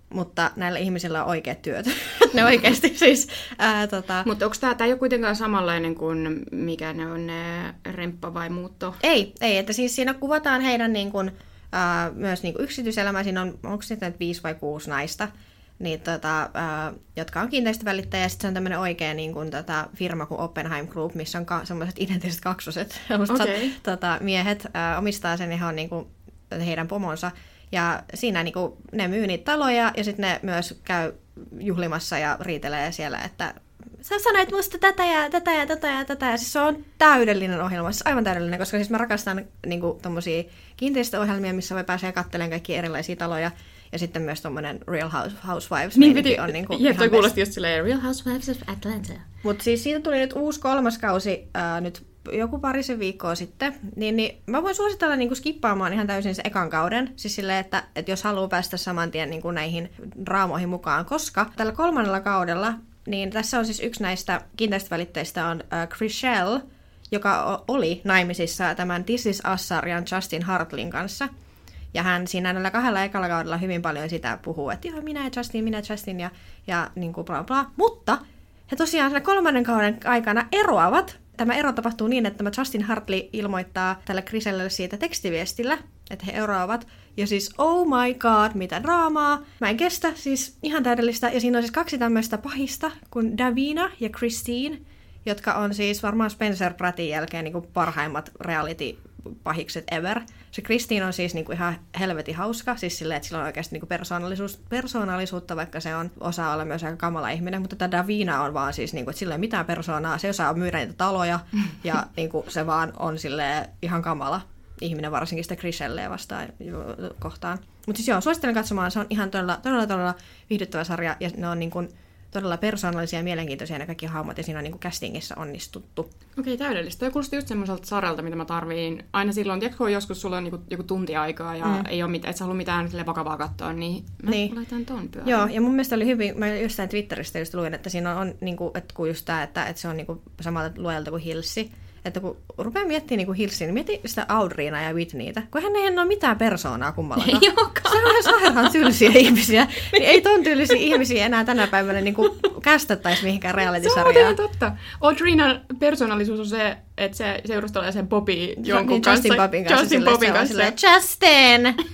mutta näillä ihmisillä on oikeat työt. Ne oikeasti siis... Ää, tota... Mutta onko tämä ei ole kuitenkaan samanlainen kuin mikä ne on ne remppa vai muutto? Ei, ei, että siis siinä kuvataan heidän niin kuin, ää, myös niin kuin yksityiselämää. Siinä on, onko sitten viisi vai kuusi naista, niin, tota, ää, jotka on kiinteistövälittäjä. Ja sitten se on tämmöinen oikea niin kuin, tota, firma kuin Oppenheim Group, missä on ka- semmoiset identtiset kaksoset. Okay. tota, miehet ää, omistaa sen ihan niin kuin, heidän pomonsa. Ja siinä niin kuin, ne myy niitä taloja ja sitten ne myös käy juhlimassa ja riitelee siellä, että sä sanoit musta tätä ja tätä ja tätä ja tätä. Ja siis se on täydellinen ohjelma, siis aivan täydellinen, koska siis mä rakastan niin kuin, tommosia kiinteistöohjelmia, missä voi pääsee katselemaan kaikki erilaisia taloja. Ja sitten myös tommonen Real Housewives niin piti, on niinku ihan toi kuulosti just silleen Real Housewives of Atlanta. Mutta siis siitä tuli nyt uusi kolmas kausi ää, nyt joku parisen viikkoa sitten, niin, niin mä voin suositella niin kuin skippaamaan ihan täysin se ekan kauden, siis silleen, että, että jos haluaa päästä saman tien niin kuin näihin draamoihin mukaan, koska tällä kolmannella kaudella, niin tässä on siis yksi näistä kiinteistövälitteistä on äh, Chrishell, joka oli naimisissa tämän This Is Us-sarjan Justin Hartlin kanssa. Ja hän siinä näillä kahdella ekalla kaudella hyvin paljon sitä puhuu, että joo, minä ja Justin, minä ja Justin ja, ja niin kuin bla bla. Mutta he tosiaan siinä kolmannen kauden aikana eroavat. Tämä ero tapahtuu niin, että tämä Justin Hartley ilmoittaa tälle Chrishellelle siitä tekstiviestillä, että he eroavat. Ja siis, oh my god, mitä draamaa. Mä en kestä, siis ihan täydellistä. Ja siinä on siis kaksi tämmöistä pahista, kuin Davina ja Christine, jotka on siis varmaan Spencer Prattin jälkeen niin kuin parhaimmat reality-pahikset ever. Se Christine on siis niin kuin ihan helvetin hauska, siis silleen, että sillä on oikeasti niin kuin persoonallisuus, persoonallisuutta, vaikka se on osaa olla myös aika kamala ihminen, mutta tämä Davina on vaan siis, niin kuin, että sillä ei ole mitään persoonaa, se osaa myydä niitä taloja, ja niin kuin, se vaan on silleen ihan kamala ihminen, varsinkin sitä Chrishelleä vastaan kohtaan. Mutta siis joo, suosittelen katsomaan, se on ihan todella, todella, todella viihdyttävä sarja, ja ne on niin kuin todella persoonallisia ja mielenkiintoisia ne kaikki hahmot, ja siinä on niin kuin castingissa onnistuttu. Okei, täydellistä. Toi kuulosti just semmoiselta sarjalta, mitä mä tarviin. Aina silloin, tiedätkö, kun joskus sulla on niin kuin, joku tunti aikaa ja mm. ei ole mitään, et sä halua mitään vakavaa katsoa, niin mä niin. laitan ton pyörän. Joo, ja mun mielestä oli hyvin, mä jostain Twitteristä just luin, että siinä on, on niin kuin, että kun just tää, että, että se on niin kuin samalta luojalta kuin Hilsi. Että kun rupeaa miettimään niin Hilsiä, niin mieti sitä Audriina ja Whitneytä, kun hän ei ole mitään persoonaa kummallakaan. Se on ihan sairaan tyylisiä ihmisiä. Niin ei ton tyylisiä ihmisiä enää tänä päivänä niin kästettäisi mihinkään reality-sarjaan. Se on totta. Audriinan persoonallisuus on se, että se seurustelee sen Bobby jonkun niin, kanssa. Justin Bobin kanssa. Justin Bobin kanssa. Silleen, Justin!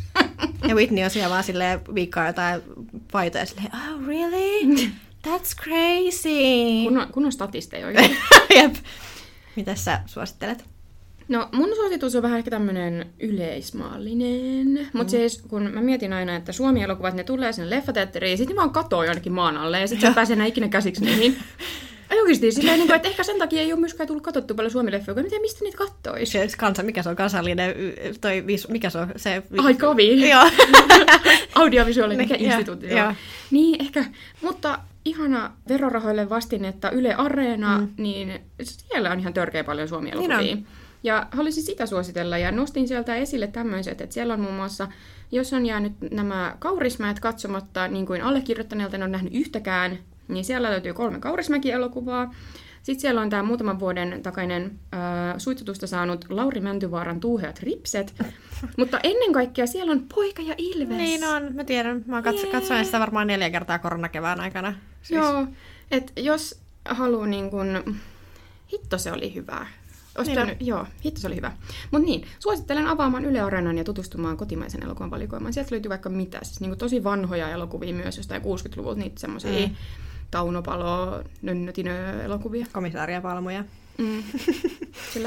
Ja Whitney on siellä vaan silleen viikkaa jotain paitoja silleen, oh really? That's crazy! Kun on, kun on statisteja oikein. Jep. Mitäs sä suosittelet? No mun suositus on vähän ehkä tämmönen yleismaallinen. Mm. Mutta siis kun mä mietin aina, että Suomi-elokuvat, ne tulee sinne leffateatteriin, sit ne vaan katoo jonnekin maan alle ja sit sä pääsee enää ikinä käsiksi niihin. Ei oikeesti silleen, että ehkä sen takia ei ole myöskään tullut katsottua paljon Suomi-leffoja, kun mä tiedän, mistä niitä kattois. Se kansa, mikä se on kansallinen, toi, mikä se on? Se... Ai kavi. Joo. Audiovisuaalinen, mikä instituutti. Joo. Niin, ehkä, mutta ihana verorahoille vastinetta Yle Areena, mm. niin siellä on ihan törkeä paljon Suomi-elokuvia. Niin ja haluaisin sitä suositella, ja nostin sieltä esille tämmöiset, että siellä on muun muassa, jos on jäänyt nämä Kaurismäet katsomatta, niin kuin allekirjoittaneelta en ole nähnyt yhtäkään, niin siellä löytyy kolme Kaurismäki-elokuvaa. Sitten siellä on tämä muutaman vuoden takainen äh, suitsutusta saanut Lauri Mäntyvaaran Tuuheat ripset. Mutta ennen kaikkea siellä on Poika ja Ilves. Niin on, mä tiedän. Mä katso, katsoin sitä varmaan neljä kertaa koronakevään aikana. Siis. Joo, että jos haluaa niin kun... Hitto se oli hyvä. Niin pitänyt... Joo, hitto se oli hyvä. Mutta niin, suosittelen avaamaan Yle Areenan ja tutustumaan kotimaisen elokuvan valikoimaan. Sieltä löytyy vaikka mitä. Siis niin tosi vanhoja elokuvia myös jostain kuusikymmentäluvulta, niitä semmoisia mm. Tauno Palo, Nönnötinö-elokuvia. Komisaaria Palmuja. Mm. Kyllä.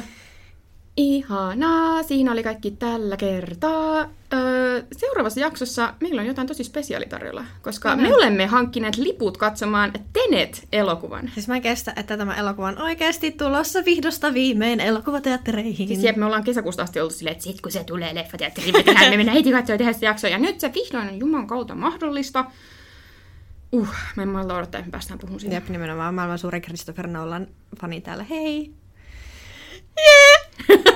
Ihanaa, siinä oli kaikki tällä kertaa. Öö, seuraavassa jaksossa meillä on jotain tosi spesiaalitarjolla, koska mm. me olemme hankkineet liput katsomaan Tenet-elokuvan. Siis mä en kestä, että tämä elokuva on oikeasti tulossa vihdosta viimein elokuvateattereihin. Siis jep, me ollaan kesäkuusta asti ollut silleen, että sit kun se tulee leffateatteriin, me tehdään, me mennään heti katsoa ja tehdä sitä jaksoa. Ja nyt se vihdoin on Juman kautta mahdollista. Uh, mä en malta odottaa, että me päästään puhumaan siitä. Jep, nimenomaan maailman suuri Christopher Nolan fani täällä. Hei! Yeah!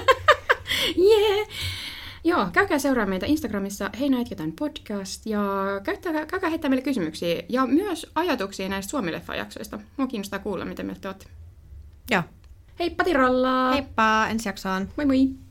yeah! Joo, käykää seuraa meitä Instagramissa Hei näit jotain podcast ja käykää, käykää heittää meille kysymyksiä ja myös ajatuksia näistä Suomi-leffa-jaksoista. Mua kiinnostaa kuulla, mitä mieltä te olette. Joo. Heippa tiralla! Heippa, ensi jaksoon. Moi moi!